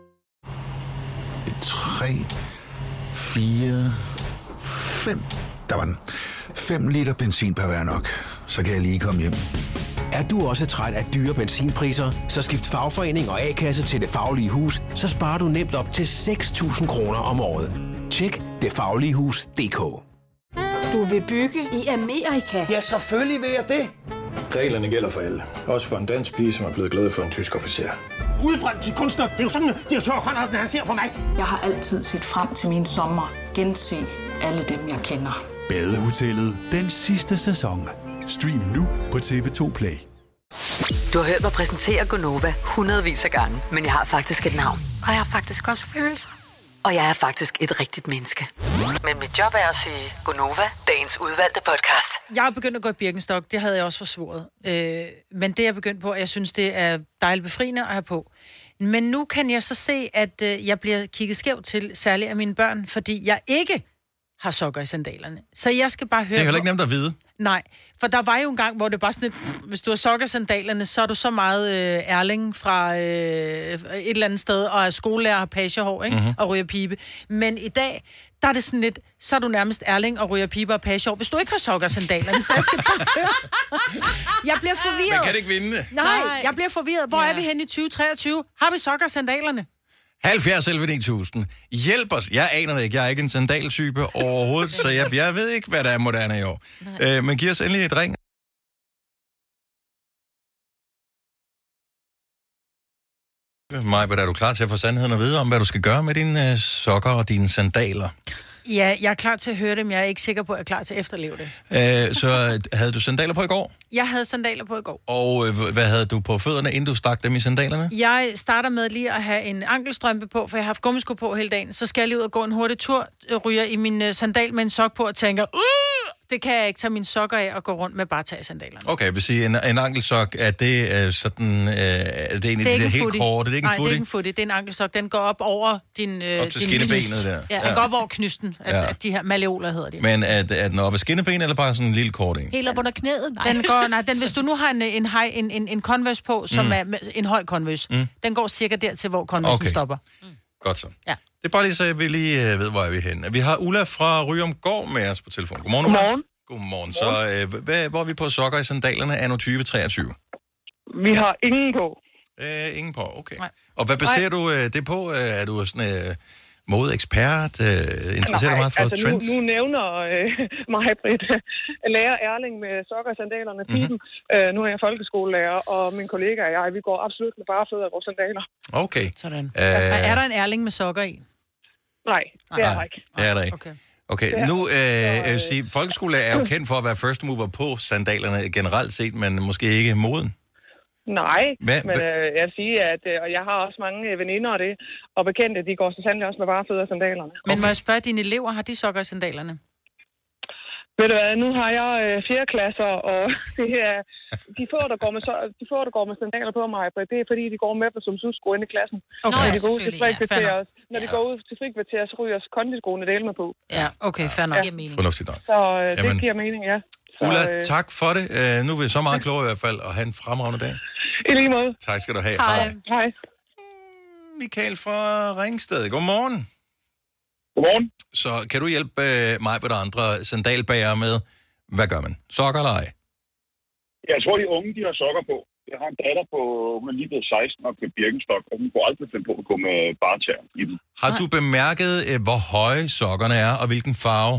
[SPEAKER 9] 3, 4, 5. Der var den. 5 liter benzin per hver nok. Så kan jeg lige komme hjem.
[SPEAKER 22] Er du også træt af dyre benzinpriser, så skift fagforening og A-kasse til Det Faglige Hus, så sparer du nemt op til 6.000 kroner om året. Tjek detfagligehus.dk.
[SPEAKER 23] Du vil bygge i Amerika?
[SPEAKER 24] Ja, selvfølgelig vil jeg det. Reglerne gælder for alle. Også for en dansk pige, som er blevet glad for en tysk officer.
[SPEAKER 23] Udbrændt til kunstner. Det er jo sådan, at direktør Conradsen, han ser på mig. Jeg har altid set frem til min sommer. Gense alle dem, jeg kender.
[SPEAKER 25] Badehotellet den sidste sæson. Stream nu på TV2 Play.
[SPEAKER 3] Du har hørt mig præsentere Gonova hundredvis af gange, men jeg har faktisk et navn. Og jeg har faktisk også følelser. Og jeg er faktisk et rigtigt menneske. Men mit job er at sige Gonova, dagens udvalgte podcast.
[SPEAKER 4] Jeg er begyndt at gå i Birkenstock, det havde jeg også forsvoret. Men det er jeg begyndt på, og jeg synes, det er dejligt befriende at have på. Men nu kan jeg så se, at jeg bliver kigget skævt til, særligt af mine børn, fordi jeg ikke har sokker i sandalerne. Så jeg skal bare høre...
[SPEAKER 1] Det er heller ikke nemt at vide.
[SPEAKER 4] Nej, for der var jo en gang, hvor det bare sådan hvis du har sokker i sandalerne, så er du så meget Erling fra et eller andet sted, og er skolelærer, har pagehår, ikke? Mm-hmm. Og ryger pibe. Men i dag, der er det sådan lidt, så er du nærmest Erling og ryger pibe og pagehår, hvis du ikke har sokker i sandalerne. Så jeg skal bare høre. Jeg bliver forvirret.
[SPEAKER 1] Man kan ikke vinde det.
[SPEAKER 4] Nej, jeg bliver forvirret. Hvor er vi henne i 2023? Har vi sokker i sandalerne?
[SPEAKER 1] 70 11 9000. Hjælp os. Jeg aner det ikke. Jeg er ikke en sandaltype overhovedet, så jeg ved ikke, hvad der er moderne i år. Men giv os endelig et ring. Maj, er du klar til at få sandheden at vide om, hvad du skal gøre med dine sokker og dine sandaler?
[SPEAKER 4] Ja, jeg er klar til at høre dem. Jeg er ikke sikker på, at jeg er klar til at efterleve det.
[SPEAKER 1] Så havde du sandaler på i går?
[SPEAKER 4] Jeg havde sandaler på i går.
[SPEAKER 1] Og hvad havde du på fødderne, inden du stak dem i sandalerne?
[SPEAKER 4] Jeg starter med lige at have en ankelstrømpe på, for jeg har haft gummisko på hele dagen. Så skal jeg lige ud og gå en hurtig tur, ryger i min sandal med en sok på og tænker, det kan jeg ikke tage mine sokker af og gå rundt med bare tage sandalerne.
[SPEAKER 1] Okay, vil sige, en ankelsok, er det sådan, er det egentlig det er helt kort? Det er ikke en footie?
[SPEAKER 4] Nej, det er ikke en footie, det er en ankelsok. Den går op over din
[SPEAKER 1] op til skinnebenet der.
[SPEAKER 4] Ja, den går op over knysten, at de her malleoler hedder de.
[SPEAKER 1] Men er den oppe af skinnebenet, eller bare sådan en lille kort en?
[SPEAKER 2] Helt op under knæet? Nej.
[SPEAKER 4] Hvis du nu har en Converse på, som er en høj Converse, den går cirka dertil, hvor Converse stopper.
[SPEAKER 1] Godt så.
[SPEAKER 4] Ja.
[SPEAKER 1] Det er bare lige så, jeg vil lige ved, hvor er vi henne. Vi har Ulla fra Ryomgård med os på telefon. Godmorgen, Ulla. Godmorgen. Så hvor er vi på sokker i sandalerne anno 2023?
[SPEAKER 10] Vi har ingen på.
[SPEAKER 1] Ingen på, okay. Nej. Og hvad baserer du det på? Er du sådan modeekspert? Interesserer dig meget for trends?
[SPEAKER 10] Nu nævner mig, Britt, lærer Erling med sokker i sandalerne, piben. Nu er jeg folkeskolelærer, og min kollega og jeg, vi går absolut med bare fødder af vores sandaler.
[SPEAKER 1] Okay.
[SPEAKER 4] Sådan. Er der en Erling med sokker i?
[SPEAKER 10] Nej, det er der ikke.
[SPEAKER 1] Det er der ikke. Okay, nu jeg vil sige, folkeskole er jo kendt for at være first mover på sandalerne generelt set, men måske ikke moden.
[SPEAKER 10] Nej, men jeg vil sige, at og jeg har også mange veninder og det, og bekendte, de går så sandelig også med bare fødder og sandalerne.
[SPEAKER 4] Men må jeg spørge, dine elever, har de sokker i sandalerne?
[SPEAKER 10] Ved du hvad, nu har jeg 4. klasser, og det er, de få, der går med sandaler på mig, det er fordi, de går med dem som sudsko inde i klassen.
[SPEAKER 4] Okay,
[SPEAKER 10] når de går ud til frikvarter, når de går ud til frikvarter, så ryger kondiskoene del med på.
[SPEAKER 4] Ja, okay, fair nok.
[SPEAKER 1] Fornuftigt nok.
[SPEAKER 10] Så det giver mening, ja. Så,
[SPEAKER 1] Ulla, tak for det. Nu er vi så meget klogere i hvert fald, og have en fremragende dag.
[SPEAKER 10] I lige måde.
[SPEAKER 1] Tak skal du have.
[SPEAKER 10] Hej.
[SPEAKER 1] Michael fra Ringsted, godmorgen.
[SPEAKER 27] Godmorgen.
[SPEAKER 1] Så kan du hjælpe mig og de andre sandalbærere med, hvad gør man? Sokker eller ej?
[SPEAKER 27] Jeg tror, de unge, de har sokker på. Jeg har en datter på, hun er lige blevet 16 og købt Birkenstock, og hun kunne aldrig finde på at gå med bartær i dem.
[SPEAKER 1] Har du bemærket, hvor høje sokkerne er, og hvilken farve?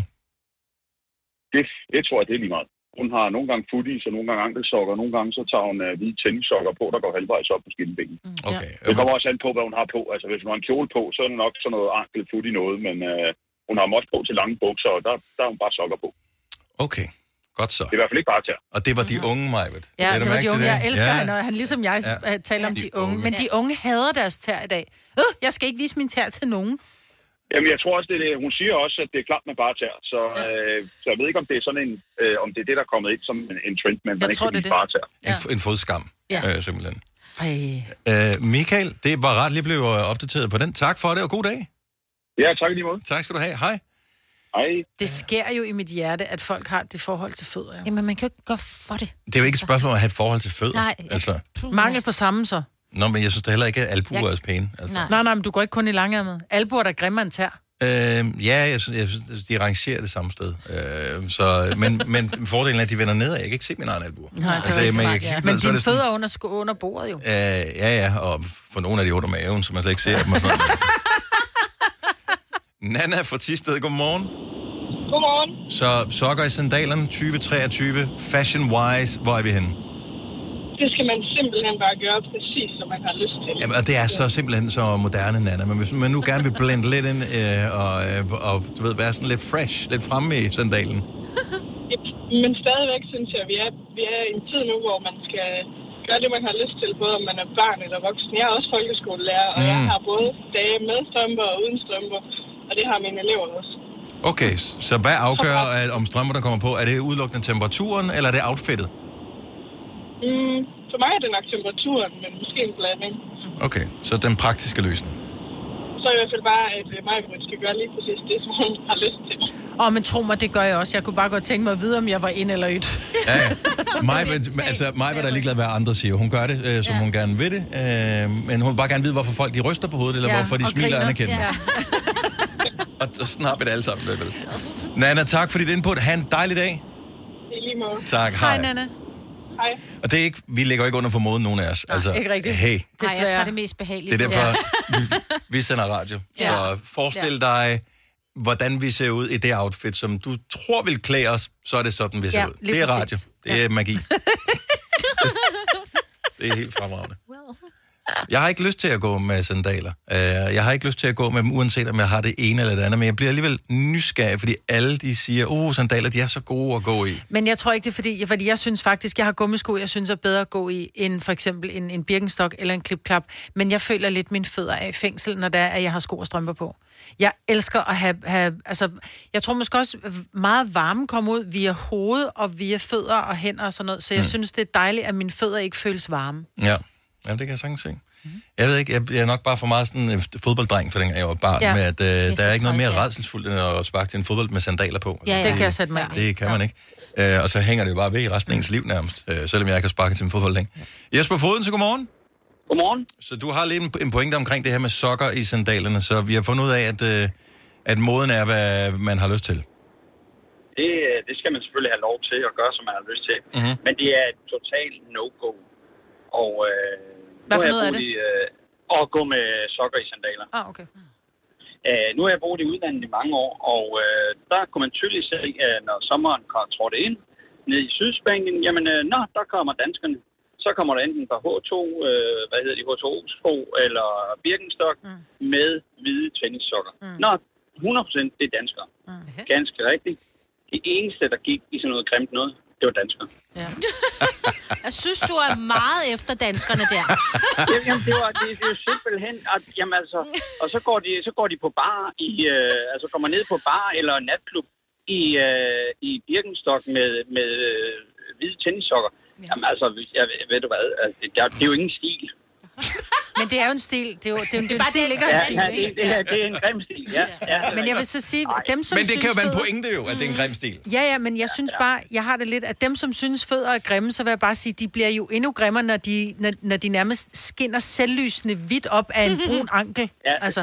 [SPEAKER 27] Det tror jeg, det er lige meget. Hun har nogle gange footies og nogle gange ankelsokker, og nogle gange så tager hun hvide tennissokker på, der går halvvejs op på skinnebenet.
[SPEAKER 1] Okay.
[SPEAKER 27] Det kommer også an på, hvad hun har på. Altså, hvis hun har en kjole på, så er det nok sådan noget ankel-footie noget, men hun har også på til lange bukser, og der er hun bare sokker på.
[SPEAKER 1] Okay, godt så.
[SPEAKER 27] Det er i hvert fald ikke bare tær.
[SPEAKER 1] Og det var de unge, Majbet.
[SPEAKER 4] Ja, det var de unge. Jeg elsker, når han ligesom jeg taler om de unge. Men de unge hader deres tær i dag. Jeg skal ikke vise min tær til nogen.
[SPEAKER 27] Jamen, jeg tror også, hun siger også, at det er klart med bare tær. Så jeg ved ikke, om det er sådan om det er det, der er kommet ind som en trend, men man ikke kan vise bare tær.
[SPEAKER 1] En fodskam, simpelthen.
[SPEAKER 4] Michael,
[SPEAKER 1] det var ret lige blevet opdateret på den. Tak for det, og god dag.
[SPEAKER 27] Ja, tak lige måde.
[SPEAKER 1] Tak skal du have. Hej.
[SPEAKER 27] Hej.
[SPEAKER 4] Det sker jo i mit hjerte, at folk har det forhold til fødder. Ja.
[SPEAKER 2] Jamen, man kan jo ikke gå for det.
[SPEAKER 1] Det er jo ikke et spørgsmål at have et forhold til fødder.
[SPEAKER 2] Nej.
[SPEAKER 1] Altså.
[SPEAKER 4] Mangel på samme så.
[SPEAKER 1] Nå, men jeg synes da heller ikke, at albuer er pæne. Altså.
[SPEAKER 4] Nej, men du går ikke kun i langærmet. Albuer, der grimmer en tær.
[SPEAKER 1] Jeg synes, de rangerer det samme sted. Men fordelen er, at de vender nedad. Jeg kan ikke se min egen albuer.
[SPEAKER 4] Nej, det er smart, men dine fødder er under bordet jo.
[SPEAKER 1] Ja, og for nogle af de under maven, så man slet ikke ser dem. Og sådan. Nana fra Thisted, godmorgen.
[SPEAKER 10] Godmorgen.
[SPEAKER 1] Så sokker i sandalerne 2023, fashion-wise, hvor er vi henne?
[SPEAKER 10] Det skal man simpelthen bare gøre præcis, som man har lyst til.
[SPEAKER 1] Jamen, og det er så simpelthen så moderne, Nana. Men hvis man nu gerne vil blende lidt ind og du ved, være sådan lidt fresh, lidt fremme i sandalen.
[SPEAKER 10] Men stadigvæk synes jeg, at vi er i en tid nu, hvor man skal gøre det, man har lyst til, både om man er barn eller voksen. Jeg er også folkeskolelærer, og jeg har både dage med strømper og uden strømper, og det har mine elever også.
[SPEAKER 1] Okay, så hvad afgør, om strømper, der kommer på? Er det udelukkende temperaturen, eller er det outfittet?
[SPEAKER 10] For mig er det nok temperaturen, men måske en blanding.
[SPEAKER 1] Okay, så den praktiske løsning.
[SPEAKER 10] Så i hvert fald bare, at Maj-Brit skal gøre lige præcis det, som hun har lyst til.
[SPEAKER 4] Men tro mig, det gør jeg også. Jeg kunne bare godt tænke mig at vide, om jeg var ind eller yt.
[SPEAKER 1] Ja. Maj-Brit er ligeglad, hvad andre siger. Hun gør det, som hun gerne vil det. Men hun vil bare gerne vide, hvorfor folk de ryster på hovedet, eller hvorfor de smiler anerkendende. Ja. Og sådan har vi det alle sammen. Vel. Nana, tak for dit input. Ha' en dejlig dag.
[SPEAKER 10] I lige måde.
[SPEAKER 1] Tak, hej.
[SPEAKER 4] Hej, Nana.
[SPEAKER 10] Hej.
[SPEAKER 1] Og det er ikke, vi ligger ikke under for moden, nogen af os. Altså,
[SPEAKER 4] ikke rigtigt.
[SPEAKER 1] Hey.
[SPEAKER 2] Nej, jeg tager det mest behagelige.
[SPEAKER 1] Det er derfor, vi sender radio. Ja. Så forestil dig, hvordan vi ser ud i det outfit, som du tror vil klæde os, så er det sådan, vi ser ud. Det er radio. Det er magi. Det er helt fremragende. Jeg har ikke lyst til at gå med sandaler. Jeg har ikke lyst til at gå med dem, uanset om jeg har det ene eller det andet. Men jeg bliver alligevel nysgerrig, fordi alle de siger, sandaler, de er så gode at gå i.
[SPEAKER 4] Men jeg tror ikke, det er fordi jeg synes faktisk, jeg har gummisko, jeg synes er bedre at gå i, end for eksempel en Birkenstock eller en klipklap. Men jeg føler lidt mine fødder af fængsel, når det er, at jeg har sko og strømper på. Jeg elsker at have altså, jeg tror måske også, meget varme kommer ud via hoved og via fødder og hænder og sådan noget. Så jeg synes, det er dejligt, at mine fødder ikke føles varme.
[SPEAKER 1] Ja, det kan jeg sagtens se. Jeg ved ikke, jeg er nok bare for meget sådan en fodbolddreng, for dengang jeg var barn, med at der er ikke noget mere rædselsfuldt, end at sparke til en fodbold med sandaler på.
[SPEAKER 4] Ja, det kan jeg sætte mig.
[SPEAKER 1] Det kan man ikke. Og så hænger det jo bare ved i resten af ens liv nærmest, selvom jeg ikke har sparket til en fodbold længe. Jesper Foden, så godmorgen.
[SPEAKER 11] Godmorgen.
[SPEAKER 1] Så du har lidt en pointe omkring det her med sokker i sandalerne, så vi har fundet ud af, at moden er, hvad man har lyst til.
[SPEAKER 11] Det skal man selvfølgelig have lov til at gøre, som man har lyst til. Mm-hmm. Men det er et totalt no-go. Og
[SPEAKER 4] hvad for noget er det?
[SPEAKER 11] At gå med sokker i sandaler.
[SPEAKER 4] Okay.
[SPEAKER 11] Nu har jeg boet i udlandet i mange år, og der kunne man tydeligt se, at når sommeren trådte ind ned i Sydspanien, jamen, der kommer danskerne. Så kommer der enten fra H2, H2O-sko eller Birkenstock med hvide tennissokker. 100% det er danskere. Ganske rigtigt. Det eneste, der gik i sådan noget grimt noget, det var danskere.
[SPEAKER 2] Ja. Jeg synes, du er meget efter danskerne der.
[SPEAKER 11] Jamen, det er jo simpelthen, at, jamen, altså, og så går de på bar, kommer ned på bar eller natklub i Birkenstock med hvide tennissokker. Ja. Jamen, altså, ved du hvad, det er jo ingen stil.
[SPEAKER 4] Men det er jo en stil. Det er bare det, ligger en stil.
[SPEAKER 11] Det er en grim stil, ja.
[SPEAKER 4] Men jeg vil så sige, dem som
[SPEAKER 1] men det kan jo være en pointe jo, at det er en grim stil.
[SPEAKER 4] Ja, men jeg synes bare, jeg har det lidt, at dem som synes fødder er grimme, så vil jeg bare sige, de bliver jo endnu grimmere, når de nærmest skinner selvlysende hvidt op af en brun ankel.
[SPEAKER 11] Ja,
[SPEAKER 4] altså.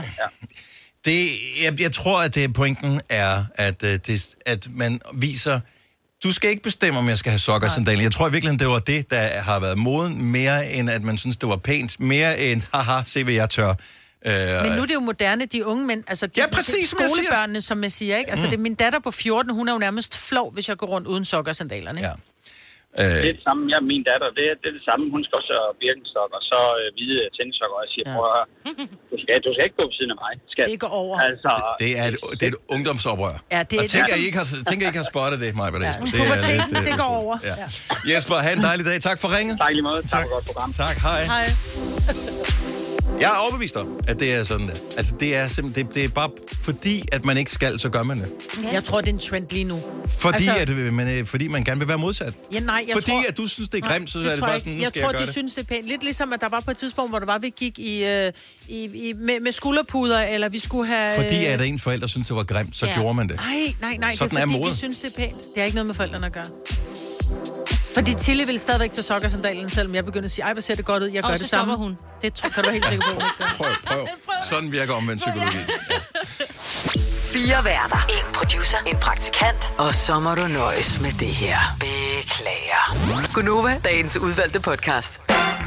[SPEAKER 1] Jeg tror, at det pointen er, at man viser... Du skal ikke bestemme, om jeg skal have sokker og sandaler. Jeg tror i virkeligheden, det var det, der har været moden, mere end at man synes, det var pænt. Mere end, haha, se hvad jeg tør.
[SPEAKER 4] Men nu er det jo moderne, de unge mænd, altså
[SPEAKER 1] præcis,
[SPEAKER 4] skolebørnene, som jeg siger, ikke? Altså det er min datter på 14, hun er jo nærmest flov, hvis jeg går rundt uden sokker og sandalerne.
[SPEAKER 1] Ja.
[SPEAKER 11] Det er det samme, min datter, det er det samme. Hun skal også have Birkenstock og så hvide tennissokker, og jeg siger, du skal ikke gå ved siden af mig.
[SPEAKER 4] Det går over.
[SPEAKER 1] Altså, det er et ungdomsoprør.
[SPEAKER 4] Ja, det er
[SPEAKER 1] og tænker I ikke har spottet det, Maja Badesbo.
[SPEAKER 4] Det går over.
[SPEAKER 1] Ja. Jesper, have en dejlig dag. Tak for ringet.
[SPEAKER 11] Dejlig måde. Tak for godt program.
[SPEAKER 1] Tak, hej. Jeg er overbevist om, at det er sådan der. Altså, det er simpelthen, det er bare fordi, at man ikke skal, så gør man det.
[SPEAKER 4] Jeg tror, det er en trend lige nu.
[SPEAKER 1] Fordi man gerne vil være modsat.
[SPEAKER 4] Ja, nej,
[SPEAKER 1] at du synes, det er grimt, så er det bare sådan, nu skal jeg gøre det.
[SPEAKER 4] Jeg tror, de synes, det er pænt. Lidt ligesom, at der var på et tidspunkt, hvor vi gik med skulderpuder, eller vi skulle have...
[SPEAKER 1] Fordi at en forælder synes, det var grimt, så gjorde man det.
[SPEAKER 4] Nej,
[SPEAKER 1] sådan
[SPEAKER 4] det er fordi, de synes, det er pænt. Det har ikke noget med forældrene at gøre. Fordi Tilly vil stadigvæk tage sokker og sandalen, selvom jeg begynder at sige, hvor ser det godt ud, jeg gør det samme.
[SPEAKER 2] Hun.
[SPEAKER 4] Det kan du være helt sikker på.
[SPEAKER 1] Prøv. Sådan virker omvendt psykologi. Ja.
[SPEAKER 3] 4 værter. 1 producer. 1 praktikant. Og så må du nøjes med det her. Beklager. Gunova, dagens udvalgte podcast.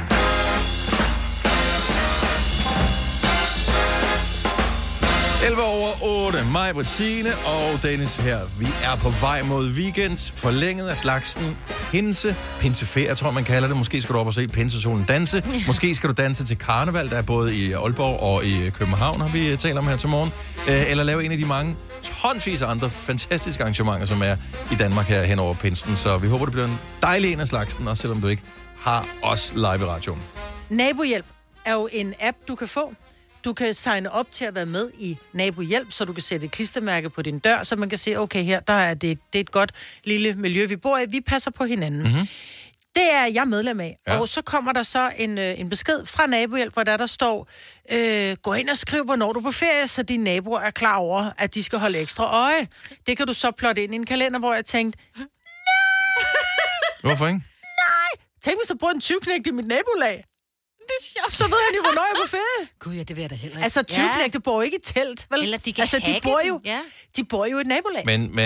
[SPEAKER 1] (11:08). Maj-Brit, Signe og Dennis her. Vi er på vej mod weekend. Forlænget af slagsen. Pinseferie, tror man kalder det. Måske skal du op og se pinsesolen danse. Måske skal du danse til karneval, der er både i Aalborg og i København, har vi talt om her til morgen. Eller lave en af de mange tonsvis af andre fantastiske arrangementer, som er i Danmark her hen over pinsen. Så vi håber, det bliver en dejlig en af slagsen, også selvom du ikke har os live i radioen.
[SPEAKER 4] Nabohjælp er jo en app, du kan få. Du kan signe op til at være med i Nabohjælp, så du kan sætte et klistermærke på din dør, så man kan se, okay, her der er det er et godt lille miljø, vi bor i. Vi passer på hinanden. Mm-hmm. Det er jeg medlem af. Ja. Og så kommer der så en besked fra Nabohjælp, hvor der står, gå ind og skriv, hvornår du er på ferie, så dine naboer er klar over, at de skal holde ekstra øje. Det kan du så plotte ind i en kalender, hvor jeg tænkte, nej!
[SPEAKER 1] Hvorfor ikke?
[SPEAKER 4] Nej! Tænk, hvis du bruger en 20-knægt i mit nabolag. Det er sjovt. Så ved han jo, hvornår jeg er på ferie.
[SPEAKER 2] Gud, ja, det vil jeg da heller ikke.
[SPEAKER 4] Altså, 20-knægte bor ikke i telt, vel?
[SPEAKER 2] Eller de kan
[SPEAKER 4] altså, de bor jo i et nabolag.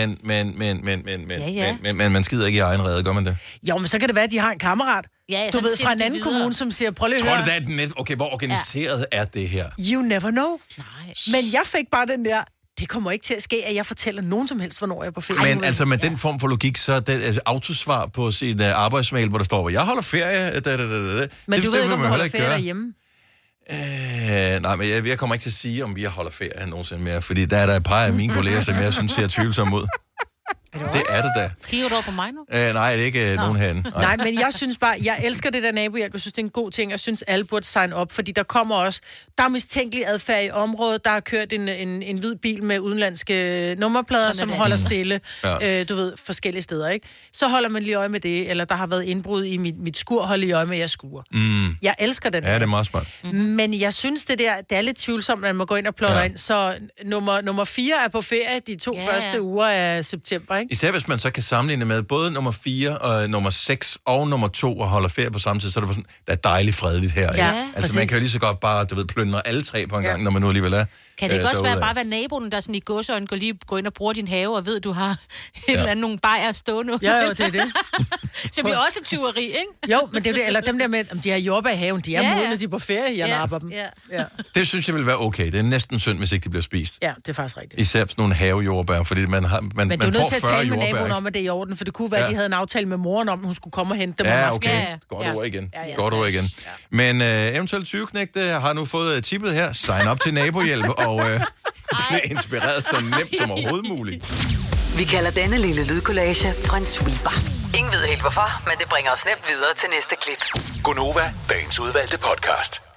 [SPEAKER 1] Men man skider ikke i egen rede, gør man det?
[SPEAKER 4] Jo, men så kan det være, at de har en kammerat.
[SPEAKER 2] Ja,
[SPEAKER 4] du ved, fra en anden kommune, som siger, prøv lige at høre.
[SPEAKER 1] Tror du, det er okay, hvor organiseret er det her?
[SPEAKER 4] You never know.
[SPEAKER 2] Nej.
[SPEAKER 4] Men jeg fik bare den der, det kommer ikke til at ske, at jeg fortæller nogen som helst, hvornår jeg er på ferie.
[SPEAKER 1] Men altså med den form for logik, så er det autosvar på sin arbejdsmail, hvor der står, jeg holder ferie.
[SPEAKER 4] Men
[SPEAKER 1] det
[SPEAKER 4] du ved ikke, om du holder ferie derhjemme?
[SPEAKER 1] Nej, men jeg kommer ikke til at sige, om vi holder ferie nogensinde mere, fordi der er der et par af mine kolleger, som jeg synes ser tvivlsomme ud. Det er det da.
[SPEAKER 2] Kigger du over på mig nu?
[SPEAKER 1] Nej, det er ikke nogen herinde.
[SPEAKER 4] Nej, men jeg synes bare, jeg elsker det der nabohjælp. Jeg synes, det er en god ting. Jeg synes, alle burde sign op, fordi der kommer også, der er mistænkelig adfærd i området. Der har kørt en hvid bil med udenlandske nummerplader, som holder stille. Ja. Du ved, forskellige steder, ikke? Så holder man lige øje med det, eller der har været indbrud i mit skur, hold lige øje med, at jeg skuer. Jeg elsker den.
[SPEAKER 1] Ja, det er meget smart.
[SPEAKER 4] Men jeg synes, det er lidt tvivlsomt, at man må gå ind og plotte ind. Så nummer 4 er på ferie de 2 første uger af september, ikke?
[SPEAKER 1] Især hvis man så kan sammenligne med både nummer 4 og nummer 6 og nummer 2 og holder ferie på samme tid, så er det sådan, der er dejligt fredeligt her.
[SPEAKER 2] Ja,
[SPEAKER 1] altså præcis. Man kan jo lige så godt bare, plyndre alle 3 på en gang, når man nu alligevel er.
[SPEAKER 2] Kan det ikke også være naboen, der sådan i godsøjne går ind og bruger din have, og ved, du har et eller andet nogle bajer stående?
[SPEAKER 4] Ja, det er det.
[SPEAKER 2] Så bliver også tyveri, ikke?
[SPEAKER 4] Jo, men det er det, eller dem der med, om de har jordbær i haven, de er modne, de er på ferie, jeg napper dem.
[SPEAKER 1] Ja. Det synes jeg vil være okay. Det er næsten synd, hvis ikke de bliver spist.
[SPEAKER 4] Ja, det er faktisk rigtigt.
[SPEAKER 1] Især sådan nogle havejordbær, fordi man får 40 jordbær.
[SPEAKER 4] Men du er nødt til at tale med naboen om, at det er i orden, for det kunne være, at de havde en aftale med moren om, at hun skulle komme og hente dem om aftenen.
[SPEAKER 1] Ja, okay. Godt ord igen. Godt ord igen. Men eventuelt 20-knægte har nu fået tippet her. Sign op til nabohjælp og bliver inspireret så nemt som overhovedet muligt.
[SPEAKER 3] Vi kalder denne lille lydkollage en sweeper. Ingen ved helt hvorfor, men det bringer os nemt videre til næste klip.
[SPEAKER 6] Gonova, dagens udvalgte podcast.